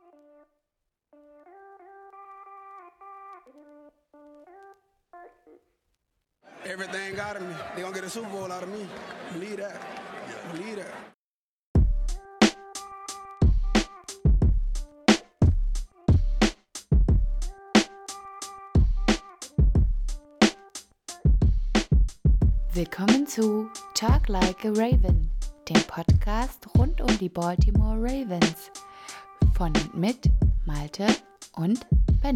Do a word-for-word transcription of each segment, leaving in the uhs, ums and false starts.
Everything out of me. They gonna get a Super Bowl out of me. Believe that. Believe that. Willkommen zu Talk Like a Raven, dem Podcast rund um die Baltimore Ravens. Von und mit Malte und Benno.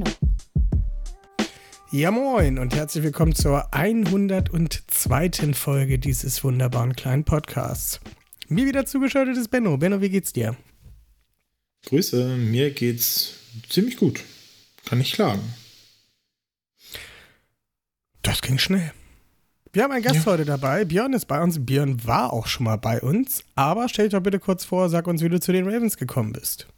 Ja moin und herzlich willkommen zur hundertzweiten Folge dieses wunderbaren kleinen Podcasts. Mir wieder zugeschaltet ist Benno. Benno, wie geht's dir? Grüße, mir geht's ziemlich gut. Kann nicht klagen. Das ging schnell. Wir haben einen Gast Ja. heute dabei. Björn ist bei uns. Björn war auch schon mal bei uns. Aber stell dich doch bitte kurz vor, sag uns, wie du zu den Ravens gekommen bist.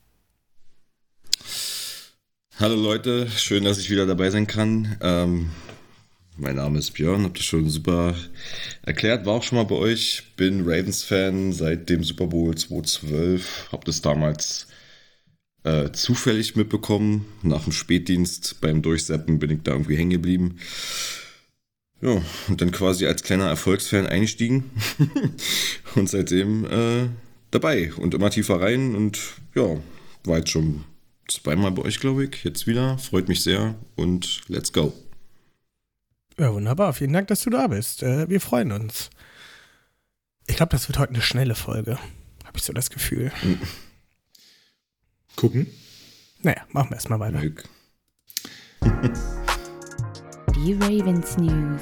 Hallo Leute, schön, dass ich wieder dabei sein kann. Ähm, mein Name ist Björn, habt ihr schon super erklärt, war auch schon mal bei euch. Bin Ravens-Fan seit dem Super Bowl zweitausendzwölf. Hab das damals äh, zufällig mitbekommen. Nach dem Spätdienst beim Durchseppen bin ich da irgendwie hängen geblieben. Ja, und dann quasi als kleiner Erfolgsfan eingestiegen. Und seitdem äh, dabei und immer tiefer rein. Und ja, war jetzt schon zweimal bei euch, glaube ich. Jetzt wieder. Freut mich sehr. Und let's go. Ja, wunderbar. Vielen Dank, dass du da bist. Äh, wir freuen uns. Ich glaube, das wird heute eine schnelle Folge. Habe ich so das Gefühl. Gucken. Naja, machen wir erstmal weiter. Glück. Die Ravens News.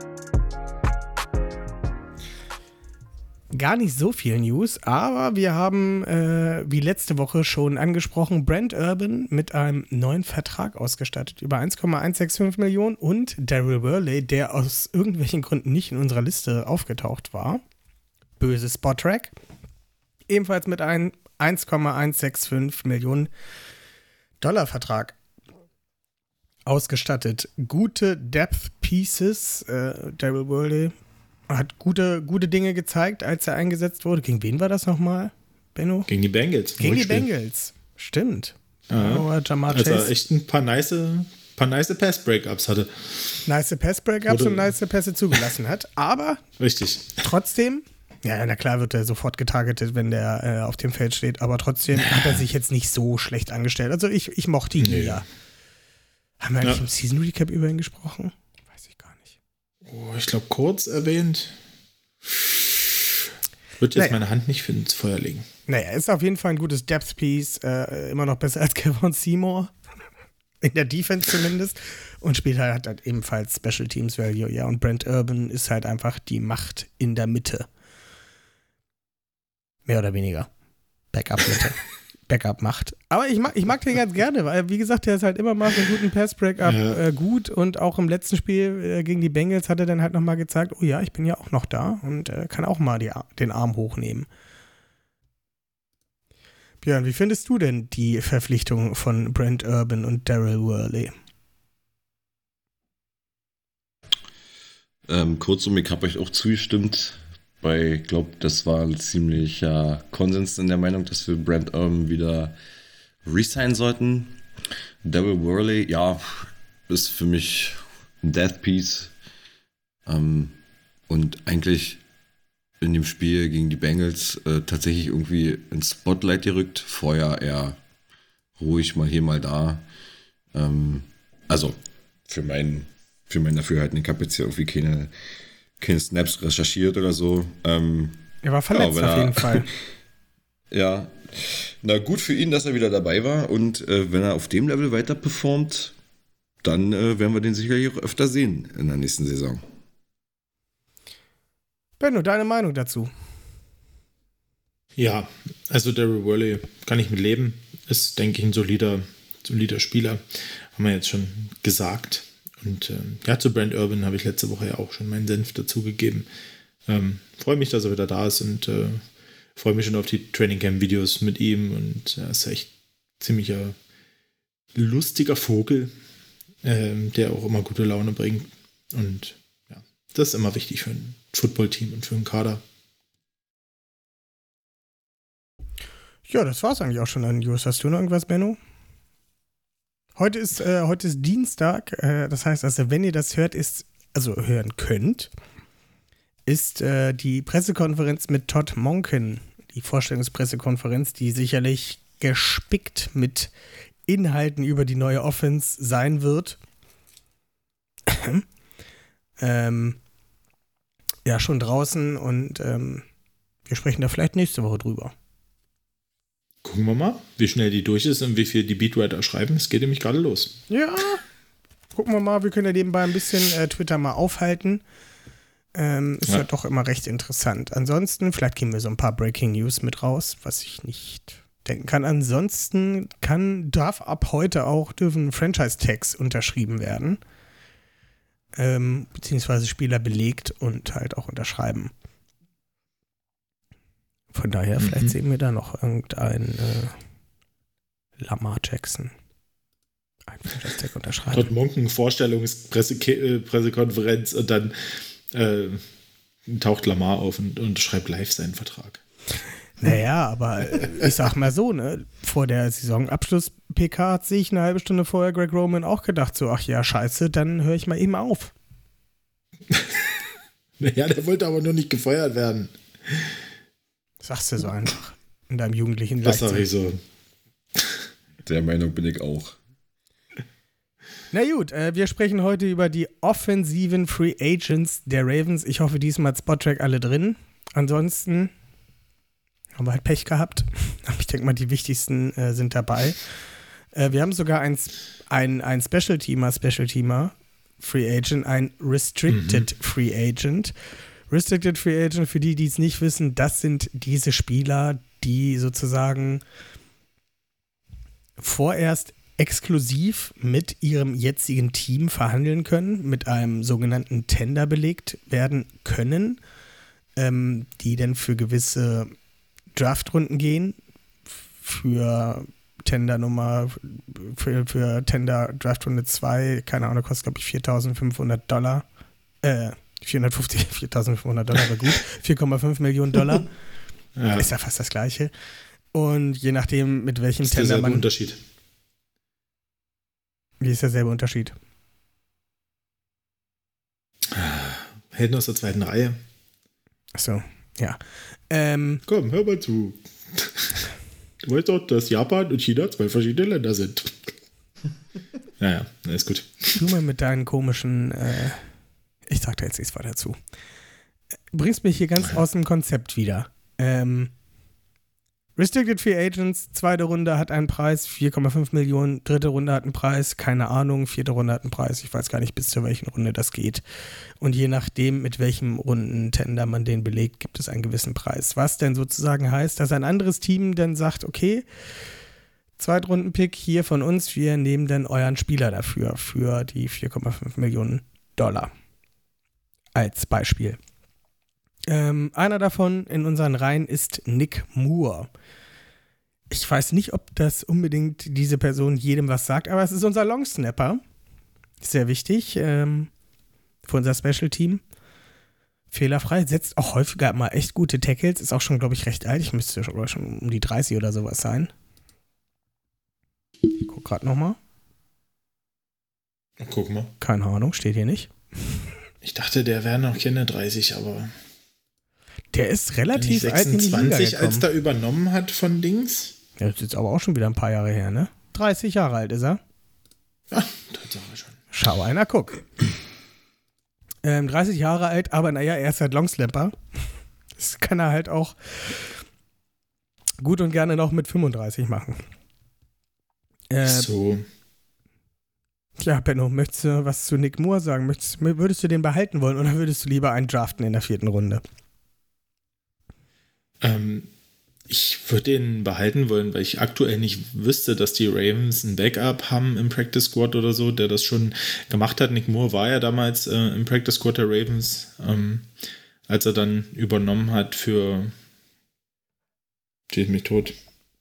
Gar nicht so viel News, aber wir haben, äh, wie letzte Woche schon angesprochen, Brent Urban mit einem neuen Vertrag ausgestattet über eins Komma hundertfünfundsechzig Millionen und Darrell Worley, der aus irgendwelchen Gründen nicht in unserer Liste aufgetaucht war. Böses Spot-Track. Ebenfalls mit einem eins Komma hundertfünfundsechzig Millionen Dollar Vertrag ausgestattet. Gute Depth Pieces. Äh, Darrell Worley hat gute, gute Dinge gezeigt, als er eingesetzt wurde. Gegen wen war das nochmal, Benno? Gegen die Bengals. Gegen die Rückspiel. Bengals. Stimmt. Ja. Oh, Jamar Als er Chase. echt ein paar nice, paar nice Pass-Breakups hatte. Nice Pass-Breakups Wurde- und nice Pässe zugelassen hat. Aber Richtig. trotzdem, ja, na klar wird er sofort getargetet, wenn der äh, auf dem Feld steht. Aber trotzdem hat er sich jetzt nicht so schlecht angestellt. Also ich, ich mochte ihn Nee. ja. Haben wir eigentlich Ja. im Season Recap über ihn gesprochen? Weiß ich gar nicht. Oh, ich glaube, kurz erwähnt. Wird jetzt Naja. meine Hand nicht für ins Feuer legen. Naja, ist auf jeden Fall ein gutes Depth-Piece. Äh, immer noch besser als Kevon Seymour. In der Defense zumindest. Und spielt halt, hat halt ebenfalls Special Teams Value. Ja, und Brent Urban ist halt einfach die Macht in der Mitte. Mehr oder weniger. Backup-Mitte. Backup-Macht. Aber ich mag, ich mag den ganz gerne, weil, wie gesagt, der ist halt immer mal für einen guten Pass-Breakup Ja. äh, gut. Und auch im letzten Spiel äh, gegen die Bengals hat er dann halt nochmal gezeigt, oh ja, ich bin ja auch noch da und äh, kann auch mal die, den Arm hochnehmen. Björn, wie findest du denn die Verpflichtung von Brent Urban und Darrell Worley? Ähm, kurzum, ich habe euch auch zugestimmt. Bei, ich glaube, das war ein ziemlicher Konsens in der Meinung, dass wir Brent Urban wieder resignen sollten. Darrell Worley, ja, ist für mich ein Death Piece. Ähm, und eigentlich in dem Spiel gegen die Bengals äh, tatsächlich irgendwie ins Spotlight gerückt. Vorher eher ruhig, mal hier, mal da. Ähm, also für meinen, für mein Dafürhalten, ich habe jetzt hier irgendwie keine, keine Snaps recherchiert oder so. Ähm, Er war verletzt Ja, wenn auf er- jeden Fall. ja, na gut für ihn, dass er wieder dabei war. Und äh, wenn er auf dem Level weiter performt, dann äh, werden wir den sicherlich auch öfter sehen in der nächsten Saison. Benno, deine Meinung dazu? Ja, also Darrell Worley kann ich mit leben. Ist, denke ich, ein solider, solider Spieler. Haben wir jetzt schon gesagt. Und ähm, ja, zu Brent Urban habe ich letzte Woche ja auch schon meinen Senf dazugegeben. Ähm, freue mich, dass er wieder da ist und äh, freue mich schon auf die Training Camp Videos mit ihm. Und er ist echt ziemlicher lustiger Vogel, ähm, der auch immer gute Laune bringt. Und ja, das ist immer wichtig für ein Footballteam und für einen Kader. Ja, das war's eigentlich auch schon an News. Hast du noch irgendwas, Benno? Heute ist, äh, heute ist Dienstag, äh, das heißt, also wenn ihr das hört, ist, also hören könnt, ist äh, die Pressekonferenz mit Todd Monken, die Vorstellungspressekonferenz, die sicherlich gespickt mit Inhalten über die neue Offense sein wird. ähm, ja, schon draußen und ähm, wir sprechen da vielleicht nächste Woche drüber. Gucken wir mal, wie schnell die durch ist und wie viel die Beatwriter schreiben. Es geht nämlich gerade los. Ja, gucken wir mal. Wir können ja nebenbei ein bisschen äh, Twitter mal aufhalten. Ähm, ist ja. ja doch immer recht interessant. Ansonsten, vielleicht geben wir so ein paar Breaking News mit raus, was ich nicht denken kann. Ansonsten kann, darf ab heute auch, dürfen Franchise-Tags unterschrieben werden. Ähm, beziehungsweise Spieler belegt und halt auch unterschreiben. Von daher, vielleicht mhm. sehen wir da noch irgendein äh, Lamar Jackson. Ein Franchise-Tag unterschreiben. Todd Monken, Vorstellungspressekonferenz und dann äh, taucht Lamar auf und unterschreibt live seinen Vertrag. Naja, aber ich sag mal so, ne, vor der Saisonabschluss-P K hat sich eine halbe Stunde vorher Greg Roman auch gedacht, so, ach ja, scheiße, dann höre ich mal eben auf. Naja, der wollte aber nur nicht gefeuert werden. Sagst du so einfach. In deinem jugendlichen Das sag ich so. Der Meinung bin ich auch. Na gut, äh, wir sprechen heute über die offensiven Free Agents der Ravens. Ich hoffe, diesmal hat Spottrack alle drin. Ansonsten haben wir halt Pech gehabt. Aber ich denke mal, die wichtigsten äh, sind dabei. Äh, wir haben sogar ein, ein, ein Special-Teamer, Special-Teamer, Free Agent, ein Restricted mhm. Free Agent. Restricted Free Agent, für die, die es nicht wissen, das sind diese Spieler, die sozusagen vorerst exklusiv mit ihrem jetzigen Team verhandeln können, mit einem sogenannten Tender belegt werden können, ähm, die dann für gewisse Draftrunden gehen, für Tender Nummer, für, für Tender Draftrunde zwei, keine Ahnung, kostet glaube ich viertausendfünfhundert Dollar, äh, vierhundertfünfzig, viertausendfünfhundert Dollar war gut, vier Komma fünf Millionen Dollar, ja. Ist ja fast das Gleiche. Und je nachdem, mit welchem ist Tender man... Unterschied. Wie ist derselbe Unterschied? Helden aus der zweiten Reihe. Achso, ja. Ähm, Komm, hör mal zu. Du weißt doch, dass Japan und China zwei verschiedene Länder sind. Naja, ja, ist gut. Du mal mit deinen komischen, äh, ich sag da jetzt nichts weiter zu. Bringst mich hier ganz aus dem Konzept wieder. Ähm, Restricted Free Agents, zweite Runde hat einen Preis, vier Komma fünf Millionen, dritte Runde hat einen Preis, keine Ahnung, vierte Runde hat einen Preis, ich weiß gar nicht, bis zu welchen Runde das geht. Und je nachdem, mit welchem Rundentender man den belegt, gibt es einen gewissen Preis. Was denn sozusagen heißt, dass ein anderes Team dann sagt, okay, Zweitrunden-Pick hier von uns, wir nehmen dann euren Spieler dafür, für die vier Komma fünf Millionen Dollar. Als Beispiel. Ähm, einer davon in unseren Reihen ist Nick Moore. Ich weiß nicht, ob das unbedingt diese Person jedem was sagt, aber es ist unser Longsnapper. Sehr wichtig ähm, für unser Special-Team. Fehlerfrei, setzt auch häufiger mal echt gute Tackles. Ist auch schon, glaube ich, recht alt. Ich müsste schon, schon um die dreißig oder sowas sein. Ich guck gerade nochmal. Guck mal. Keine Ahnung, steht hier nicht. Ich dachte, der wäre noch keine dreißig, aber... Der ist relativ alt in die Liga sechsundzwanzig, gekommen. als der übernommen hat von Dings. Ja, das ist jetzt aber auch schon wieder ein paar Jahre her, ne? dreißig Jahre alt ist er. Ja, Tatsache schon. Schau einer, guck. Ähm, dreißig Jahre alt, aber naja, er ist halt Longslapper. Das kann er halt auch gut und gerne noch mit fünfunddreißig machen. Äh, so. Ja, Benno, möchtest du was zu Nick Moore sagen? Möchtest, würdest du den behalten wollen oder würdest du lieber einen draften in der vierten Runde? Ähm, ich würde den behalten wollen, weil ich aktuell nicht wüsste, dass die Ravens ein Backup haben im Practice Squad oder so, der das schon gemacht hat. Nick Moore war ja damals äh, im Practice Squad der Ravens, ähm, als er dann übernommen hat für Steht mich tot.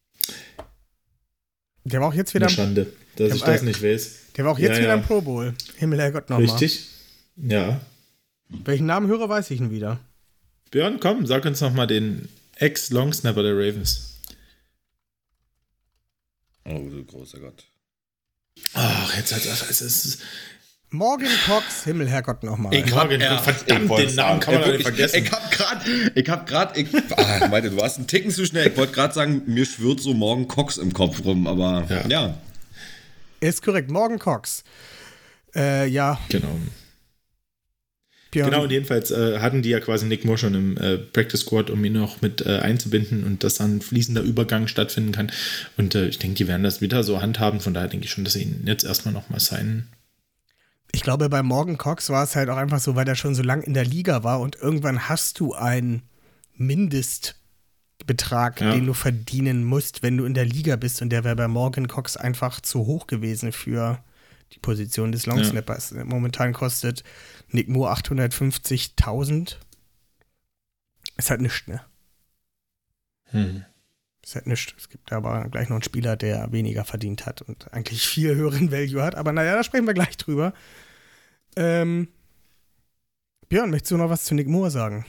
Der war auch jetzt wieder Eine Schande, dass ich das nicht weiß. Der war auch jetzt ja, wieder ja. im Pro Bowl. Himmel, Herrgott, nochmal. Richtig, ja. Welchen Namen höre, weiß ich ihn wieder. Björn, komm, sag uns nochmal den Ex-Longsnapper der Ravens. Oh, du großer Gott. Ach, jetzt hat es ist. Morgan Cox, Himmel, Herrgott nochmal. Ich Morgan Cox, verdammt, den Namen kann man doch nicht vergessen. Ich hab grad, ich hab grad, ich, ah, meinte, du warst einen Ticken zu schnell. Ich wollte gerade sagen, mir schwirrt so Morgan Cox im Kopf rum, aber ja. ja. Ist korrekt, Morgan Cox. Äh, ja. Genau. Björn. Genau, und jedenfalls äh, hatten die ja quasi Nick Moore schon im äh, Practice Squad, um ihn noch mit äh, einzubinden und dass dann ein fließender Übergang stattfinden kann. Und äh, ich denke, die werden das wieder so handhaben. Von daher denke ich schon, dass sie ihn jetzt erstmal nochmal signen. Ich glaube, bei Morgan Cox war es halt auch einfach so, weil er schon so lang in der Liga war und irgendwann hast du einen Mindestbetrag, ja. den du verdienen musst, wenn du in der Liga bist. Und der wäre bei Morgan Cox einfach zu hoch gewesen für die Position des Longsnappers. Ja. Momentan kostet Nick Moore achthundertfünfzigtausend. Ist halt nichts, ne? Hm. Ist halt nichts. Es gibt aber gleich noch einen Spieler, der weniger verdient hat und eigentlich viel höheren Value hat. Aber naja, da sprechen wir gleich drüber. Ähm, Björn, möchtest du noch was zu Nick Moore sagen?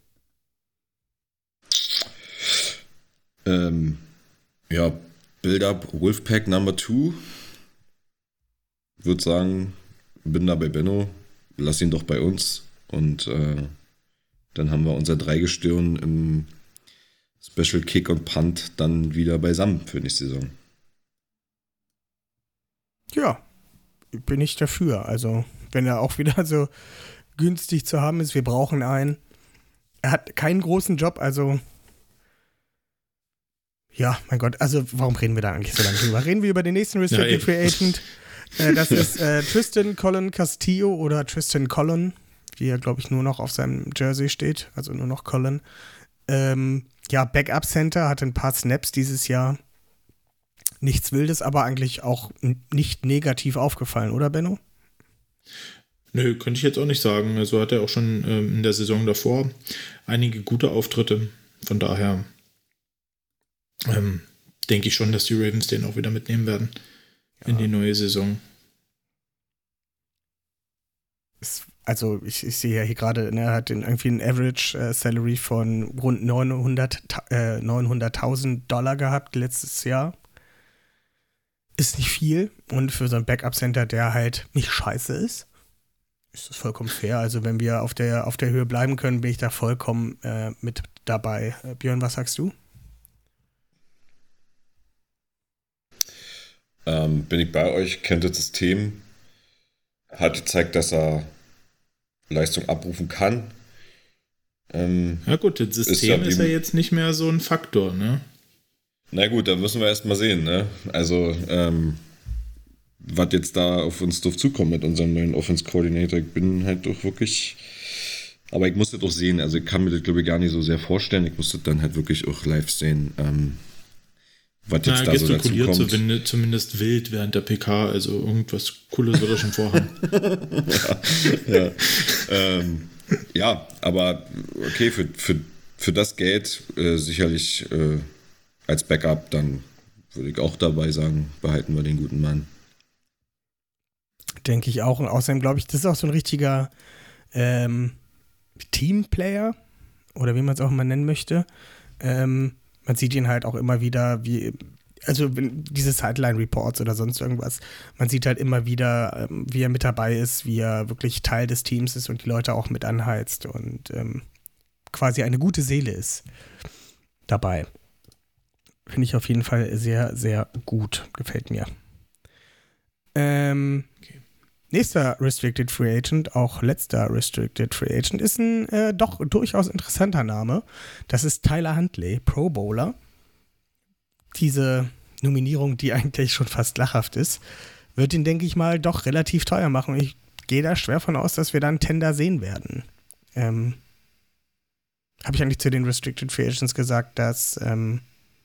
Ähm, ja, Build-Up Wolfpack Number Two. Würde sagen, bin da bei Benno, lass ihn doch bei uns und äh, dann haben wir unser Dreigestirn im Special Kick und Punt dann wieder beisammen für nächste Saison. Ja, bin ich dafür. Also, wenn er auch wieder so günstig zu haben ist, wir brauchen einen. Er hat keinen großen Job, also ja, mein Gott, also warum reden wir da eigentlich so lange drüber? Reden wir über den nächsten Restricted Free Agent. Äh, das ist äh, Tristan Colin Castillo oder Tristan Colin, wie er, glaube ich, nur noch auf seinem Jersey steht, also nur noch Colin. Ähm, ja, Backup Center, hatte ein paar Snaps dieses Jahr. Nichts Wildes, aber eigentlich auch n- nicht negativ aufgefallen, oder Benno? Nö, könnte ich jetzt auch nicht sagen. Also hat er auch schon ähm, in der Saison davor einige gute Auftritte. Von daher ähm, denke ich schon, dass die Ravens den auch wieder mitnehmen werden. Ja. In die neue Saison. Also ich, ich sehe ja hier gerade, ne, er hat den, irgendwie ein Average äh, Salary von rund neunhundert, äh, neunhunderttausend Dollar gehabt letztes Jahr. Ist nicht viel. Und für so ein Backup-Center, der halt nicht scheiße ist, ist das vollkommen fair. Also wenn wir auf der, auf der Höhe bleiben können, bin ich da vollkommen äh, mit dabei. Äh, Björn, was sagst du? Ähm, bin ich bei euch, kennt das System, hat gezeigt, dass er Leistung abrufen kann. Ähm, ja gut, das System ist, ist ja jetzt nicht mehr so ein Faktor, ne? Na gut, da müssen wir erst mal sehen, ne? Also, ähm, was jetzt da auf uns drauf zukommt mit unserem neuen Offense Coordinator. Ich bin halt doch wirklich, aber ich muss das doch sehen, also ich kann mir das glaube ich gar nicht so sehr vorstellen, ich muss das dann halt wirklich auch live sehen, ähm, was jetzt Na, da so dazu kommt. Zumindest, zumindest wild während der P K, also irgendwas Cooles wird er schon vorhaben. ja, ja. Ähm, ja, aber okay, für, für, für das Geld äh, sicherlich äh, als Backup, dann würde ich auch dabei sagen, behalten wir den guten Mann. Denke ich auch. Und außerdem glaube ich, das ist auch so ein richtiger ähm, Teamplayer oder wie man es auch mal nennen möchte. Ähm, man sieht ihn halt auch immer wieder, wie, also diese Sideline-Reports oder sonst irgendwas. Man sieht halt immer wieder, ähm, wie er mit dabei ist, wie er wirklich Teil des Teams ist und die Leute auch mit anheizt und ähm, quasi eine gute Seele ist dabei. Finde ich auf jeden Fall sehr, sehr gut. Gefällt mir. Ähm, okay. Nächster Restricted Free Agent, auch letzter Restricted Free Agent, ist ein äh, doch durchaus interessanter Name. Das ist Tyler Huntley, Pro Bowler. Diese Nominierung, die eigentlich schon fast lachhaft ist, wird ihn, denke ich mal, doch relativ teuer machen. Ich gehe da schwer von aus, dass wir dann Tender sehen werden. Ähm, habe ich eigentlich zu den Restricted Free Agents gesagt, dass ähm,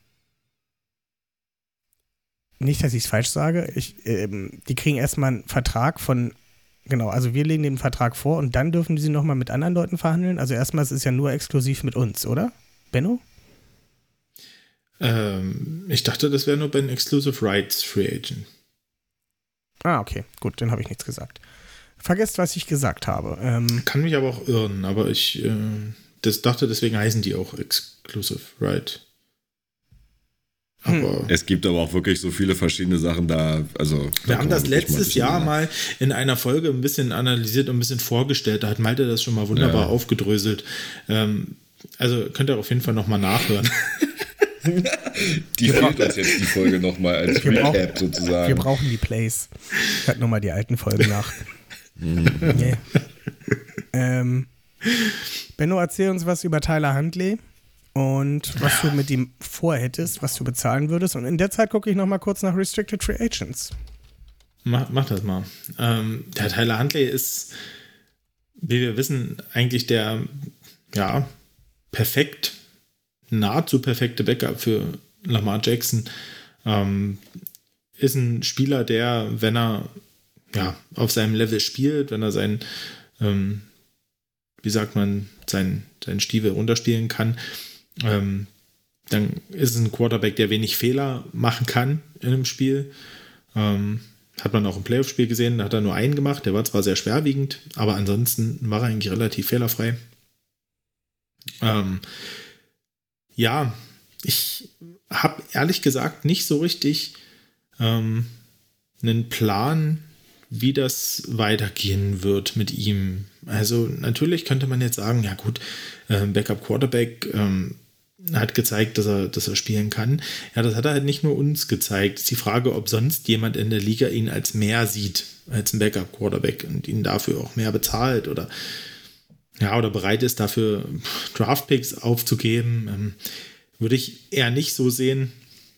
nicht, dass ich es falsch sage. Ich, ähm, die kriegen erstmal einen Vertrag von, genau, also wir legen den Vertrag vor und dann dürfen sie nochmal mit anderen Leuten verhandeln. Also erstmal ist es ja nur exklusiv mit uns, oder? Benno? Ähm, ich dachte, das wäre nur bei den Exclusive Rights Free Agent. Ah, okay, gut, dann habe ich nichts gesagt. Vergesst, was ich gesagt habe. Ähm, Kann mich aber auch irren, aber ich äh, das dachte, deswegen heißen die auch Exclusive Right. Aber es gibt aber auch wirklich so viele verschiedene Sachen da. Also, wir da haben das letztes Jahr mal, mal in einer Folge ein bisschen analysiert und ein bisschen vorgestellt. Da hat Malte das schon mal wunderbar ja. aufgedröselt. Ähm, also könnt ihr auf jeden Fall nochmal nachhören. Die fehlt uns jetzt die Folge nochmal als Wir Recap brauchen- sozusagen. Wir brauchen die Plays. Ich hatte nochmal die alten Folgen nach. nee. ähm, Benno, erzähl uns was über Tyler Huntley und was du mit ihm vorhättest, was du bezahlen würdest. Und in der Zeit gucke ich nochmal kurz nach Restricted Free Agents. Mach, mach das mal. Ähm, der Tyler Huntley ist, wie wir wissen, eigentlich der ja, perfekt, nahezu perfekte Backup für Lamar Jackson. Ähm, ist ein Spieler, der, wenn er ja, auf seinem Level spielt, wenn er sein, ähm, wie sagt man, sein, sein Stiefel runterspielen kann, ähm, dann ist es ein Quarterback, der wenig Fehler machen kann in einem Spiel. Ähm, hat man auch im Playoff-Spiel gesehen, da hat er nur einen gemacht, der war zwar sehr schwerwiegend, aber ansonsten war er eigentlich relativ fehlerfrei. Ähm, ja, ich habe ehrlich gesagt nicht so richtig ähm, einen Plan, wie das weitergehen wird mit ihm. Also natürlich könnte man jetzt sagen, ja gut, äh, Backup Quarterback ähm, hat gezeigt, dass er, dass er spielen kann. Ja, das hat er halt nicht nur uns gezeigt. Es ist die Frage, ob sonst jemand in der Liga ihn als mehr sieht, als ein Backup Quarterback und ihn dafür auch mehr bezahlt oder ja, oder bereit ist, dafür Draftpicks aufzugeben. Ähm, würde ich eher nicht so sehen.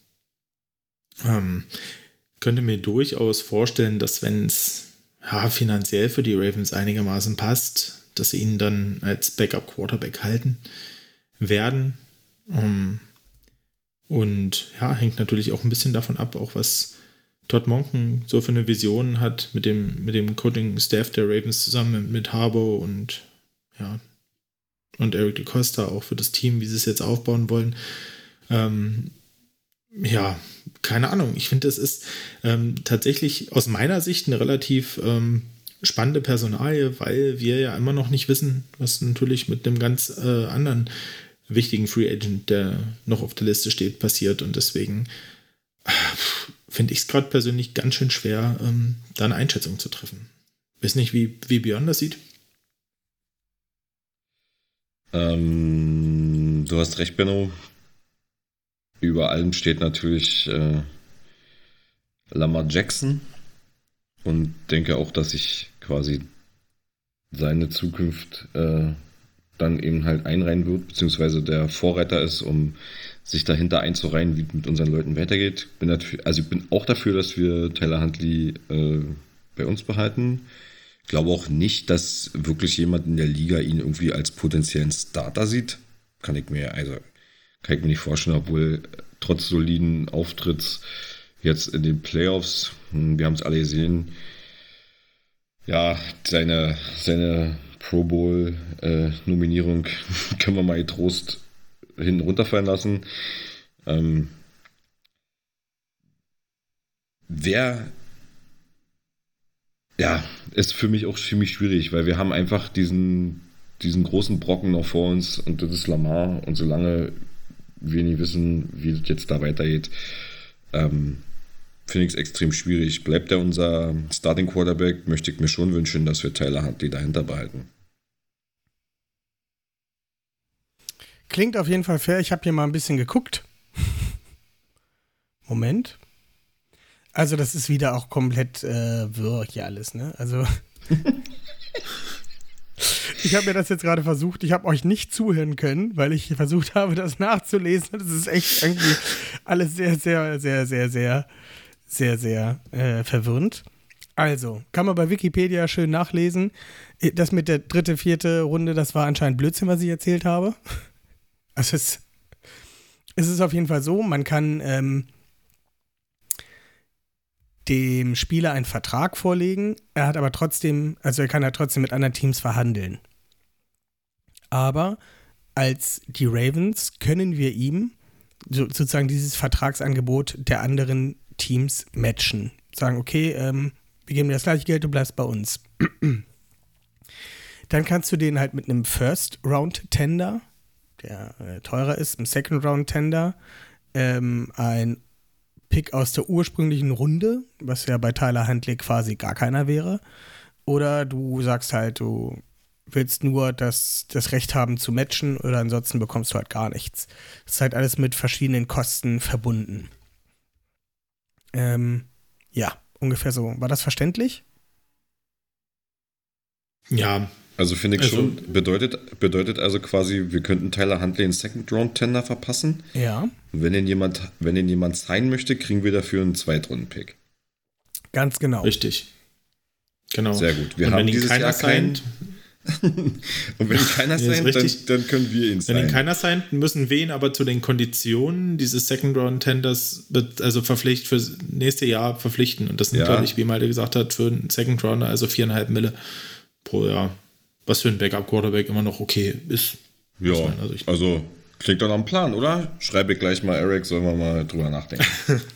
Ähm, könnte mir durchaus vorstellen, dass wenn es ja, finanziell für die Ravens einigermaßen passt, dass sie ihn dann als Backup Quarterback halten werden. Um, und ja, hängt natürlich auch ein bisschen davon ab, auch was Todd Monken so für eine Vision hat mit dem, mit dem Coaching-Staff der Ravens zusammen mit Harbaugh und ja, und Eric DeCosta auch für das Team, wie sie es jetzt aufbauen wollen. Ähm, ja, keine Ahnung. Ich finde, es ist ähm, tatsächlich aus meiner Sicht eine relativ ähm, spannende Personalie, weil wir ja immer noch nicht wissen, was natürlich mit einem ganz äh, anderen wichtigen Free Agent, der noch auf der Liste steht, passiert. Und deswegen äh, finde ich es gerade persönlich ganz schön schwer, ähm, da eine Einschätzung zu treffen. Weiß nicht, wie, wie Björn das sieht. Ähm, du hast recht, Benno. Über allem steht natürlich äh, Lamar Jackson und denke auch, dass sich quasi seine Zukunft äh, dann eben halt einreihen wird, beziehungsweise der Vorreiter ist, um sich dahinter einzureihen, wie es mit unseren Leuten weitergeht. Bin natürlich, also ich bin auch dafür, dass wir Tyler Huntley äh, bei uns behalten. Ich glaube auch nicht, dass wirklich jemand in der Liga ihn irgendwie als potenziellen Starter sieht. Kann ich mir, also kann ich mir nicht vorstellen, obwohl trotz soliden Auftritts jetzt in den Playoffs, wir haben es alle gesehen, ja, seine, seine Pro Bowl äh, Nominierung können wir mal getrost hinten runterfallen lassen. Ähm, wer ja, ist für mich auch ziemlich schwierig, weil wir haben einfach diesen, diesen großen Brocken noch vor uns und das ist Lamar und solange wir nicht wissen, wie es jetzt da weitergeht, ähm, finde ich es extrem schwierig. Bleibt er unser Starting Quarterback, möchte ich mir schon wünschen, dass wir Tyler Huntley dahinter behalten. Klingt auf jeden Fall fair. Ich habe hier mal ein bisschen geguckt. Moment. Also das ist wieder auch komplett äh, wirr hier alles, ne? Also ich habe mir das jetzt gerade versucht. Ich habe euch nicht zuhören können, weil ich versucht habe, das nachzulesen. Das ist echt irgendwie alles sehr, sehr, sehr, sehr, sehr, sehr, sehr äh, verwirrend. Also, kann man bei Wikipedia schön nachlesen. Das mit der dritte, vierte Runde, das war anscheinend Blödsinn, was ich erzählt habe. Also es, es ist auf jeden Fall so, man kann ähm, dem Spieler einen Vertrag vorlegen, er hat aber trotzdem, also er kann ja trotzdem mit anderen Teams verhandeln. Aber als die Ravens können wir ihm so, sozusagen dieses Vertragsangebot der anderen Teams matchen. Sagen, okay, ähm, wir geben dir das gleiche Geld, du bleibst bei uns. Dann kannst du den halt mit einem First-Round-Tender, der äh, teurer ist, einem Second-Round-Tender, ähm, ein Pick aus der ursprünglichen Runde, was ja bei Tyler Huntley quasi gar keiner wäre. Oder du sagst halt, du willst nur das, das Recht haben zu matchen oder ansonsten bekommst du halt gar nichts. Das ist halt alles mit verschiedenen Kosten verbunden. Ähm, ja, ungefähr so. War das verständlich? Ja. Also finde ich also, schon, bedeutet, bedeutet also quasi, wir könnten Tyler Huntley einen Second-Round-Tender verpassen. Ja. Wenn ihn jemand, wenn ihn jemand signen möchte, kriegen wir dafür einen Zweitrunden-Pick. Ganz genau. Richtig. Genau. Sehr gut. Wir Und haben wenn ihn dieses keiner Jahr keinen. Und wenn ihn keiner Ja, signt, dann, dann können wir ihn signen. Wenn ihn keiner signt, müssen wir ihn aber zu den Konditionen dieses Second-Round-Tenders also verpflichtet fürs nächste Jahr verpflichten. Und das sind, Ja. glaube ich, wie Malte gesagt hat, für einen Second-Rounder, also viereinhalb Mille pro Jahr. Was für einen Backup-Quarterback immer noch okay ist. Ja, also, ich, also klingt doch nach einem Plan, oder? Schreibe ich gleich mal, Eric, sollen wir mal drüber nachdenken.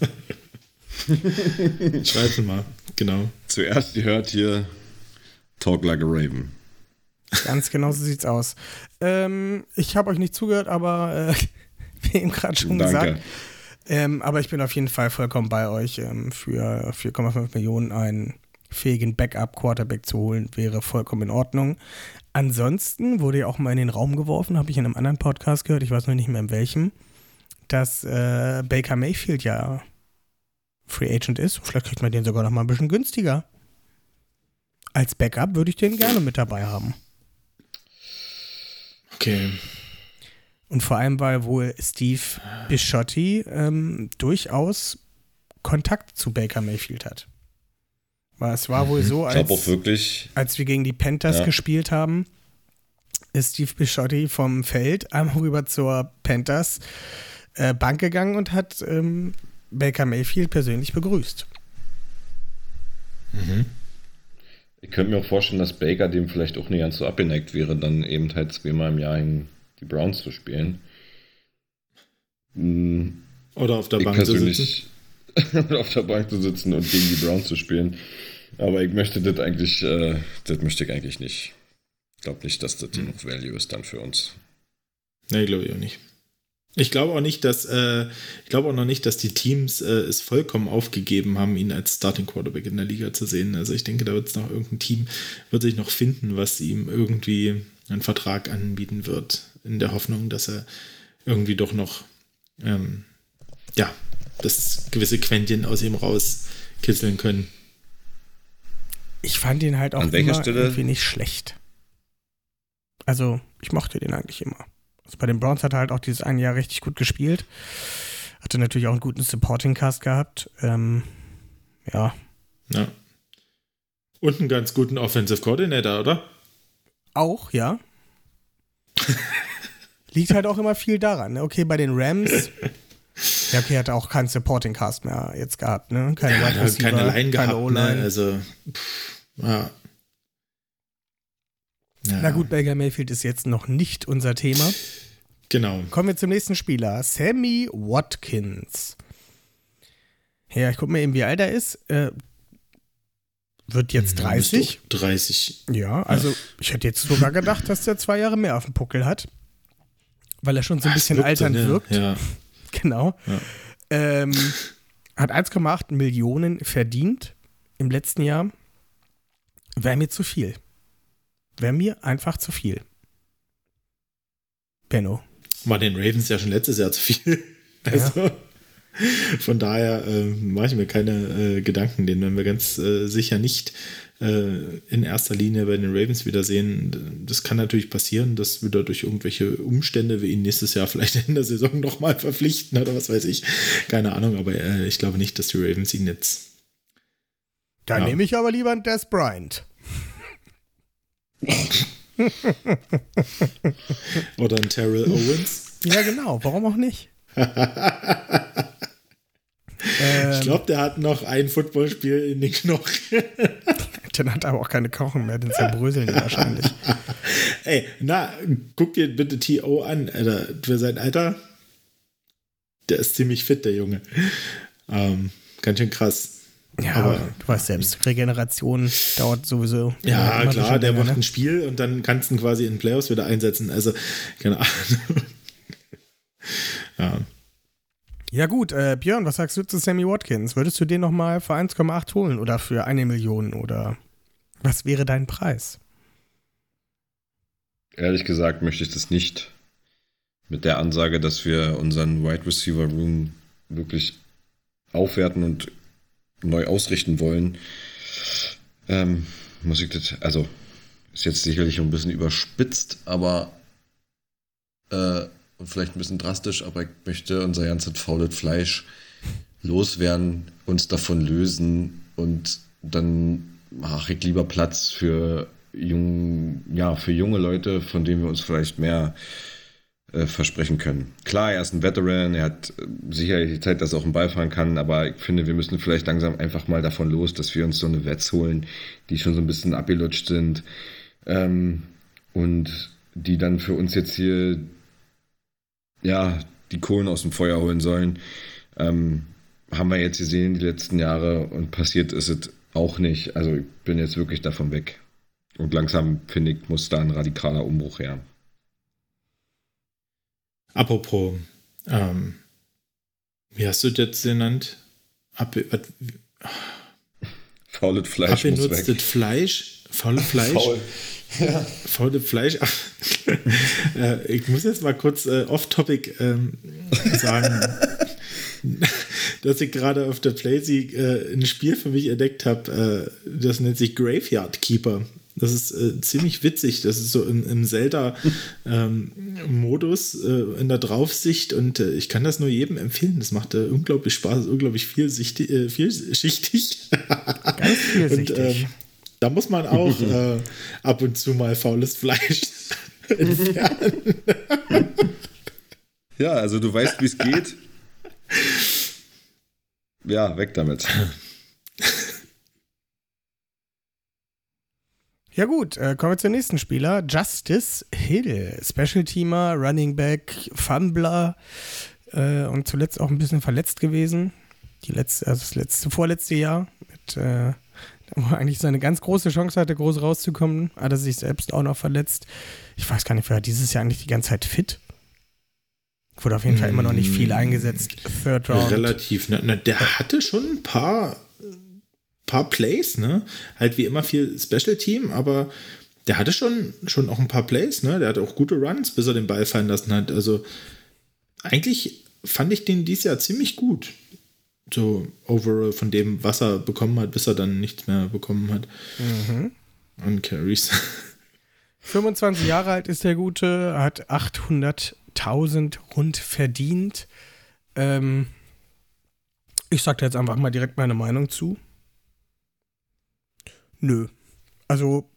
Schreiben mal, genau. Zuerst, ihr hört hier Talk Like a Raven. Ganz genau so sieht's aus. Ähm, ich habe euch nicht zugehört, aber äh, wie eben gerade schon Danke. gesagt. Ähm, aber ich bin auf jeden Fall vollkommen bei euch. Ähm, für vier Komma fünf Millionen einen fähigen Backup-Quarterback zu holen, wäre vollkommen in Ordnung. Ansonsten wurde ja auch mal in den Raum geworfen, habe ich in einem anderen Podcast gehört, ich weiß noch nicht mehr in welchem, dass äh, Baker Mayfield ja Free Agent ist. Vielleicht kriegt man den sogar noch mal ein bisschen günstiger. Als Backup würde ich den gerne mit dabei haben. Okay. Und vor allem, weil wohl Steve Bisciotti ähm, durchaus Kontakt zu Baker Mayfield hat. Weil es war wohl so, Ich als, glaube auch wirklich. als wir gegen die Panthers Ja. gespielt haben, ist Steve Bisciotti vom Feld einmal rüber zur Panthers äh, Bank gegangen und hat ähm, Baker Mayfield persönlich begrüßt. Mhm. Ich könnte mir auch vorstellen, dass Baker dem vielleicht auch nicht ganz so abgeneigt wäre, dann eben halt zweimal im Jahr gegen die Browns zu spielen. Hm, Oder auf der ich Bank zu sitzen. persönlich auf der Bank zu sitzen und gegen die Browns zu spielen. Aber ich möchte das eigentlich, äh, das möchte ich eigentlich nicht. Ich glaube nicht, dass das genug Value ist dann für uns. Nee, glaube ich auch nicht. Ich glaube auch nicht, dass äh, ich glaube auch noch nicht, dass die Teams äh, es vollkommen aufgegeben haben, ihn als Starting Quarterback in der Liga zu sehen. Also ich denke, da wird es noch irgendein Team, wird sich noch finden, was ihm irgendwie einen Vertrag anbieten wird, in der Hoffnung, dass er irgendwie doch noch ähm, ja, das gewisse Quäntchen aus ihm rauskitzeln können. Ich fand ihn halt auch An welcher immer Stelle? irgendwie nicht schlecht. Also, ich mochte den eigentlich immer. Also bei den Browns hat er halt auch dieses eine Jahr richtig gut gespielt. Hatte natürlich auch einen guten Supporting-Cast gehabt. Ähm, ja. Ja. Und einen ganz guten Offensive Coordinator, oder? Auch, ja. Liegt halt auch immer viel daran. Ne? Okay, bei den Rams, ja, okay, hat er auch keinen Supporting-Cast mehr jetzt gehabt, ne? Keine Wide Ja, Receiver, keine Line keine gehabt, O-Line. ne? Also, pff, ja. Ja. Na gut, Baker Mayfield ist jetzt noch nicht unser Thema. Genau. Kommen wir zum nächsten Spieler. Sammy Watkins. Ja, ich gucke mal eben, wie alt er ist. Äh, wird jetzt dreißig. dreißig. Ja, also ich hätte jetzt sogar gedacht, dass der zwei Jahre mehr auf dem Puckel hat. Weil er schon so ein bisschen wirkte, alternd ne? wirkt. Ja. Genau. Ja. Ähm, hat eins Komma acht Millionen verdient im letzten Jahr. Wäre mir zu viel. Wäre mir einfach zu viel. Benno. War den Ravens ja schon letztes Jahr zu viel. Also, ja. Von daher äh, mache ich mir keine äh, Gedanken, den werden wir ganz äh, sicher nicht äh, in erster Linie bei den Ravens wiedersehen. Das kann natürlich passieren, dass wieder durch irgendwelche Umstände wir ihn nächstes Jahr vielleicht in der Saison nochmal verpflichten oder was weiß ich. Keine Ahnung, aber äh, ich glaube nicht, dass die Ravens ihn jetzt. Da ja. nehme ich aber lieber einen Des Bryant. Oder ein Terrell Owens. Ja, genau. Warum auch nicht? Ich glaube, der hat noch ein Footballspiel in den Knochen. Dann hat er aber auch keine Knochen mehr, den zerbröseln die wahrscheinlich. Ey, na, guck dir bitte T O an, Alter. Für sein Alter, der ist ziemlich fit, der Junge. Ähm, ganz schön krass. Ja, aber du weißt selbst, Regeneration dauert sowieso. Ja, immer klar, der länger, macht ne? ein Spiel und dann kannst du ihn quasi in den Playoffs wieder einsetzen. Also, keine Ahnung. Ja. Ja gut, äh, Björn, was sagst du zu Sammy Watkins? Würdest du den nochmal für eins Komma acht holen oder für eine Million oder was wäre dein Preis? Ehrlich gesagt möchte ich das nicht. Mit der Ansage, dass wir unseren Wide Receiver Room wirklich aufwerten und neu ausrichten wollen, ähm, muss ich das, also ist jetzt sicherlich ein bisschen überspitzt, aber äh, und vielleicht ein bisschen drastisch, aber ich möchte unser ganzes faules Fleisch loswerden, uns davon lösen und dann mache ich lieber Platz für, jung, ja, für junge Leute, von denen wir uns vielleicht mehr äh, versprechen können. Klar, er ist ein Veteran, er hat äh, sicherlich die Zeit, dass er auch einen Ball fahren kann, aber ich finde, wir müssen vielleicht langsam einfach mal davon los, dass wir uns so eine Vets holen, die schon so ein bisschen abgelutscht sind ähm, und die dann für uns jetzt hier ja, die Kohlen aus dem Feuer holen sollen. Ähm, haben wir jetzt gesehen die letzten Jahre und passiert ist es auch nicht. Also ich bin jetzt wirklich davon weg. Und langsam, finde ich, muss da ein radikaler Umbruch her. Apropos, ähm, wie hast du das jetzt genannt? Ab, was, Faules Fleisch muss weg. Abgenutztes Fleisch? Faules Fleisch? Faul. Ja. Faules Fleisch. äh, ich muss jetzt mal kurz äh, off-topic ähm, sagen, dass ich gerade auf der Playsee äh, ein Spiel für mich entdeckt habe, äh, das nennt sich Graveyard Keeper. Das ist äh, ziemlich witzig. Das ist so im, im Zelda-Modus ähm, äh, in der Draufsicht und äh, ich kann das nur jedem empfehlen. Das macht äh, unglaublich Spaß, ist unglaublich vielsichtig. Äh, vielschichtig. Ganz vielschichtig. Und, ähm, da muss man auch äh, ab und zu mal faules Fleisch entfernen. Ja, also du weißt, wie es geht. Ja, weg damit. Ja gut, äh, kommen wir zum nächsten Spieler. Justice Hill, Special Teamer, Running Back, Fumbler äh, und zuletzt auch ein bisschen verletzt gewesen. Die letzte, also das letzte, vorletzte Jahr mit äh, wo er eigentlich seine ganz große Chance hatte, groß rauszukommen, hat er sich selbst auch noch verletzt. Ich weiß gar nicht, war dieses Jahr eigentlich die ganze Zeit fit? Wurde auf jeden Fall immer noch nicht viel eingesetzt. Third Round. Relativ, ne? Na, der hatte schon ein paar, paar Plays, ne? Halt wie immer viel Special Team, aber der hatte schon, schon auch ein paar Plays, ne? Der hatte auch gute Runs, bis er den Ball fallen lassen hat. Also eigentlich fand ich den dieses Jahr ziemlich gut. So overall von dem, was er bekommen hat, bis er dann nichts mehr bekommen hat. Mhm. An Carries. fünfundzwanzig Jahre alt ist der Gute, hat achthunderttausend rund verdient. Ähm, ich sag da jetzt einfach mal direkt meine Meinung zu. Nö. Also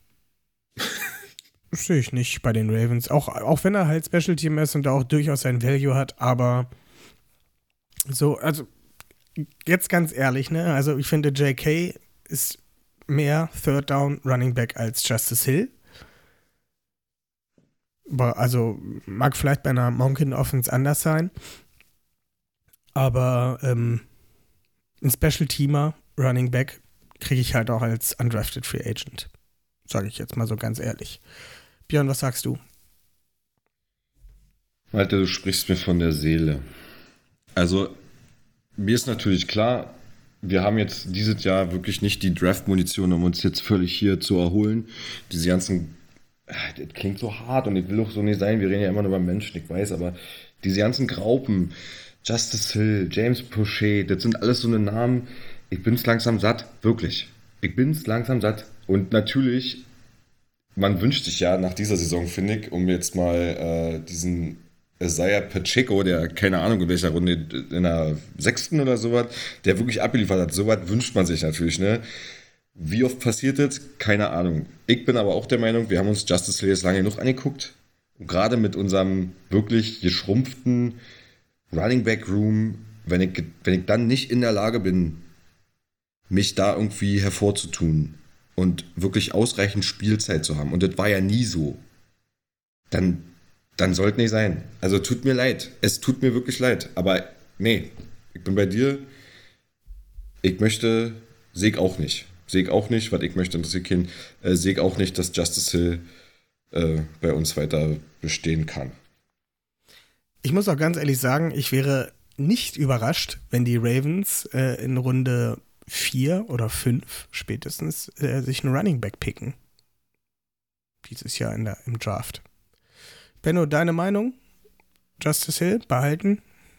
sehe ich nicht bei den Ravens. Auch, auch wenn er halt Special Team ist und da auch durchaus sein Value hat, aber so, also jetzt ganz ehrlich, ne? Also ich finde, J K ist mehr Third Down Running Back als Justice Hill. Also mag vielleicht bei einer Monken Offense anders sein. Aber ähm, ein Special Teamer Running Back kriege ich halt auch als Undrafted Free Agent. Sage ich jetzt mal so ganz ehrlich. Björn, was sagst du? Alter, du sprichst mir von der Seele. Also mir ist natürlich klar, wir haben jetzt dieses Jahr wirklich nicht die Draft-Munition, um uns jetzt völlig hier zu erholen. Diese ganzen, das klingt so hart und ich will auch so nicht sein, wir reden ja immer nur über Menschen, ich weiß, aber diese ganzen Graupen, Justice Hill, James Prochet, das sind alles so eine Namen, ich bin's langsam satt, wirklich. Ich bin's langsam satt. Und natürlich, man wünscht sich ja nach dieser Saison, finde ich, um jetzt mal äh, diesen Isaiah Pacheco, der keine Ahnung in welcher Runde, in der sechsten oder sowas, der wirklich abgeliefert hat. Sowas wünscht man sich natürlich, ne? Wie oft passiert das? Keine Ahnung. Ich bin aber auch der Meinung, wir haben uns Justice Hill jetzt lange genug angeguckt. Und gerade mit unserem wirklich geschrumpften Running Back Room, wenn ich, wenn ich dann nicht in der Lage bin, mich da irgendwie hervorzutun und wirklich ausreichend Spielzeit zu haben, und das war ja nie so, dann Dann sollte nicht sein. Also tut mir leid. Es tut mir wirklich leid. Aber nee, ich bin bei dir. Ich möchte, sehe ich auch nicht. Sehe ich auch nicht, was ich möchte, interessiert keinen. Äh, sehe ich auch nicht, dass Justice Hill äh, bei uns weiter bestehen kann. Ich muss auch ganz ehrlich sagen, ich wäre nicht überrascht, wenn die Ravens äh, in Runde vier oder fünf spätestens äh, sich einen Running Back picken. Dieses Jahr in der, im Draft. Benno, deine Meinung? Justice Hill behalten?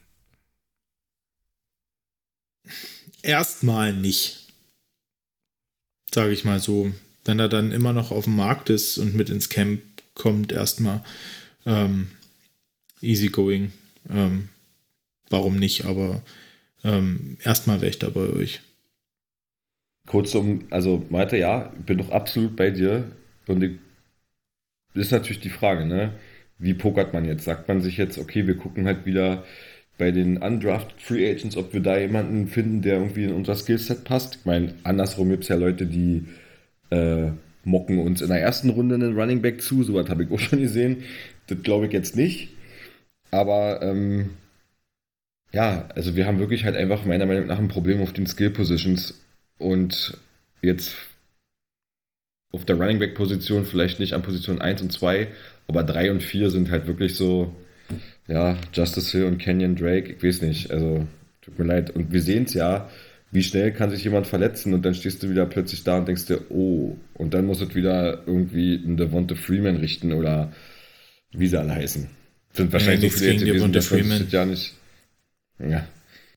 Erstmal nicht. Sage ich mal so. Wenn er dann immer noch auf dem Markt ist und mit ins Camp kommt, erstmal ähm, easy going. Ähm, warum nicht? Aber ähm, erstmal wäre ich da bei euch. Kurz um, also Malte, ja, bin doch absolut bei dir. Und ich, das ist natürlich die Frage, ne? Wie pokert man jetzt? Sagt man sich jetzt, okay, wir gucken halt wieder bei den undrafted Free Agents, ob wir da jemanden finden, der irgendwie in unser Skillset passt. Ich meine, andersrum gibt es ja Leute, die äh, mocken uns in der ersten Runde einen Running Back zu. So was habe ich auch schon gesehen. Das glaube ich jetzt nicht. Aber ähm, ja, also wir haben wirklich halt einfach meiner Meinung nach ein Problem auf den Skill Positions. Und jetzt auf der Running Back Position vielleicht nicht an Position eins und zwei, aber drei und vier sind halt wirklich so, ja, Justice Hill und Kenyon Drake, ich weiß nicht, also tut mir leid. Und wir sehen es ja, wie schnell kann sich jemand verletzen und dann stehst du wieder plötzlich da und denkst dir, oh, und dann muss es wieder irgendwie einen Devonta Freeman richten oder wie sie alle heißen. Sind wahrscheinlich ja, so viele jetzt gewesen, Devonta das Freeman. ja nicht. Ja.